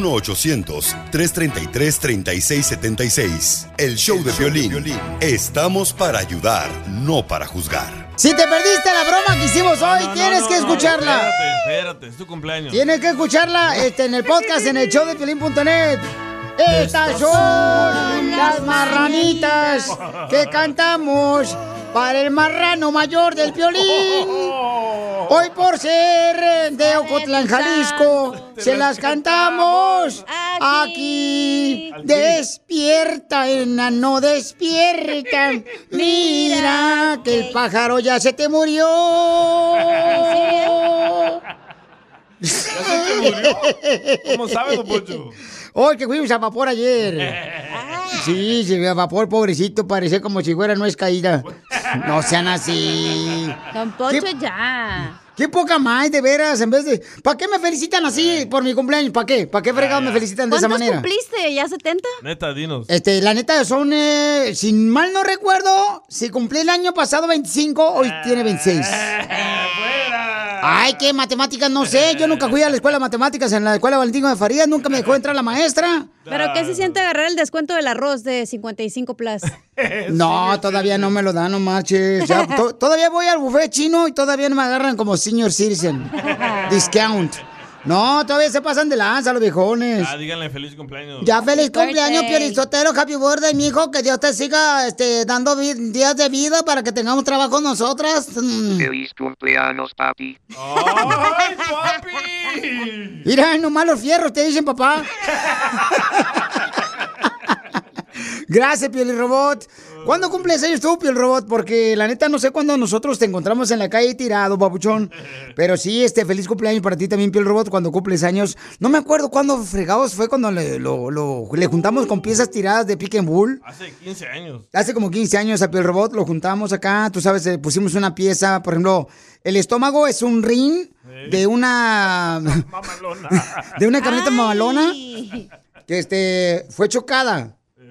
1-800-333-3676. El show de Piolín. Estamos para ayudar, no para juzgar. Si te perdiste la broma que hicimos hoy, tienes que escucharla. Espérate, es tu cumpleaños. Tienes que escucharla en el podcast, en el showdepiolín.net. Estas son las marranitas que cantamos para el marrano mayor del Piolín. Hoy por ser de Ocotlán, Jalisco, se las cantamos aquí. Despierta, enano, despierta. Mira que el pájaro ya se te murió. ¿Ya se te murió? ¿Cómo sabes, don Poncho? Hoy que fuimos a vapor ayer. Sí, se ve a vapor, pobrecito, parece como si fuera nuez caída. No sean así. Don Poncho, ya. Qué poca más, de veras, en vez de... ¿Para qué me felicitan así por mi cumpleaños? ¿Para qué? ¿Para qué fregados me felicitan de esa manera? ¿Cuántos cumpliste? ¿Ya 70? Neta, dinos. La neta son, si mal no recuerdo, si cumplí el año pasado 25, hoy tiene 26. Ay, qué matemáticas, no sé. Yo nunca fui a la escuela de matemáticas en la escuela Valentín de Farías, nunca me dejó entrar la maestra. ¿Pero qué se siente agarrar el descuento del arroz de 55 plus? No, todavía no me lo dan, no marches. Ya, todavía voy al buffet chino y todavía no me agarran como senior citizen. Discount. No, todavía se pasan de lanza los viejones. Díganle feliz cumpleaños. Ya, feliz cumpleaños, Piolizotero, happy birthday, mijo. Que Dios te siga dando días de vida para que tengamos trabajo nosotras. Feliz cumpleaños, papi. ¡Ay, papi! Mira, nomás los fierros te dicen, papá. Gracias, Piolirobot. ¿Cuándo cumples años tú, Piolirobot? Porque la neta no sé cuándo nosotros te encontramos en la calle tirado, papuchón. Pero sí, feliz cumpleaños para ti también, Piolirobot, cuando cumples años. No me acuerdo cuándo fregados fue cuando le juntamos con piezas tiradas de Pick and Bull. Hace 15 años. Hace como 15 años a Piolirobot lo juntamos acá. Tú sabes, pusimos una pieza, por ejemplo, el estómago es un ring de una... Mamalona. De una camioneta mamalona que fue chocada.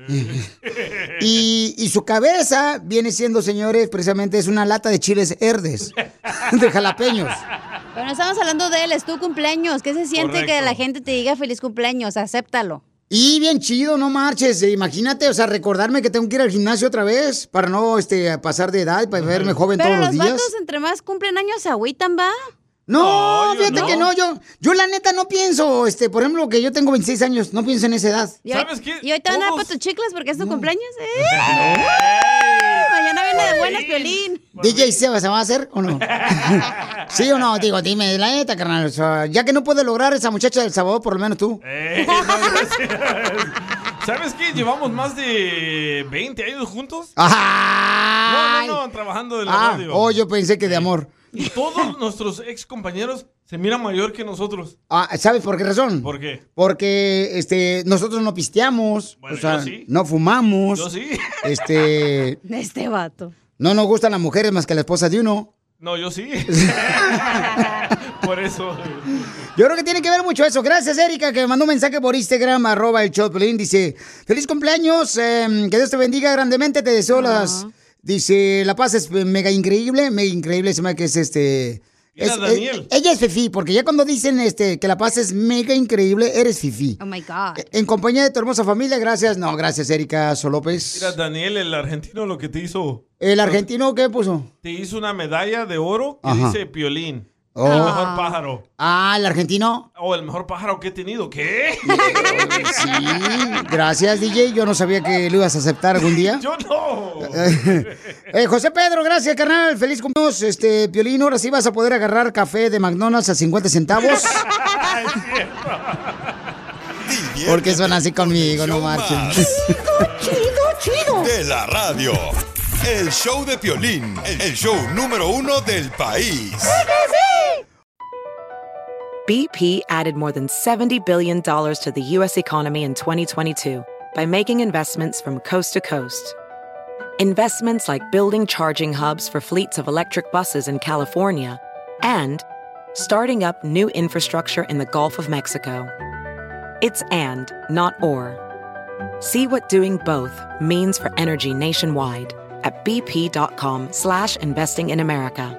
Y su cabeza viene siendo, señores, precisamente es una lata de chiles verdes, de jalapeños. Pero no estamos hablando de él, es tu cumpleaños. ¿Qué se siente que la gente te diga feliz cumpleaños? Acéptalo. Y bien chido, no marches. Imagínate, recordarme que tengo que ir al gimnasio otra vez para no pasar de edad, para verme joven todos los días. Pero los vatos entre más cumplen años se agüitan, ¿va? No, fíjate que no, yo la neta no pienso, por ejemplo, que yo tengo 26 años, no pienso en esa edad. ¿Sabes qué? ¿Y hoy te van a dar para tus chicles porque es tu cumpleaños? Mañana viene de buenas, Piolín. DJ, ¿se va a hacer o no? ¿Sí o no? Digo, dime, la neta, carnal, ya que no puede lograr esa muchacha del sábado, por lo menos tú. ¿Sabes qué? Llevamos más de 20 años juntos. ¡Ay! No, trabajando de la radio. Oh, yo pensé que de amor. Y todos nuestros ex compañeros se miran mayor que nosotros. ¿Sabes por qué razón? ¿Por qué? Porque nosotros no pisteamos, bueno, yo sí. No fumamos. Yo sí. Este vato. No nos gustan las mujeres más que la esposa de uno. No, yo sí. Por eso. Yo creo que tiene que ver mucho eso. Gracias, Erika, que me mandó un mensaje por Instagram, @el_Piolín. Dice, feliz cumpleaños, que Dios te bendiga grandemente, te deseo Dice, la paz es mega increíble, se me que es Daniel. Ella es fifí, porque ya cuando dicen que la paz es mega increíble, eres fifí. Oh my God. En compañía de tu hermosa familia, gracias. No, gracias, Erika Solópez. Mira, Daniel, el argentino, lo que te hizo. ¿El argentino qué puso? Te hizo una medalla de oro que dice Piolín. Oh. El mejor pájaro. ¿El argentino? El mejor pájaro que he tenido. ¿Qué? Sí, gracias, DJ. Yo no sabía que lo ibas a aceptar algún día. Yo no. José Pedro, gracias, carnal. Feliz cumpleaños, Piolín. Ahora sí vas a poder agarrar café de McDonald's a 50 centavos. Porque son así conmigo, no marchen. Chido. De la radio. El show de Piolín, el show número 1 del país. BP added more than $70 billion to the U.S. economy in 2022 by making investments from coast to coast. Investments like building charging hubs for fleets of electric buses in California and starting up new infrastructure in the Gulf of Mexico. It's and, not or. See what doing both means for energy nationwide at bp.com/investing in America.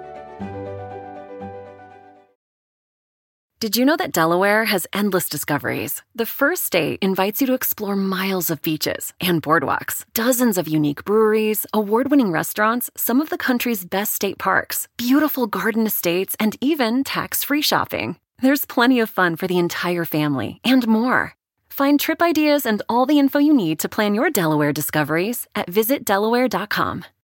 Did you know that Delaware has endless discoveries? The first state invites you to explore miles of beaches and boardwalks, dozens of unique breweries, award-winning restaurants, some of the country's best state parks, beautiful garden estates, and even tax-free shopping. There's plenty of fun for the entire family and more. Find trip ideas and all the info you need to plan your Delaware discoveries at visitdelaware.com.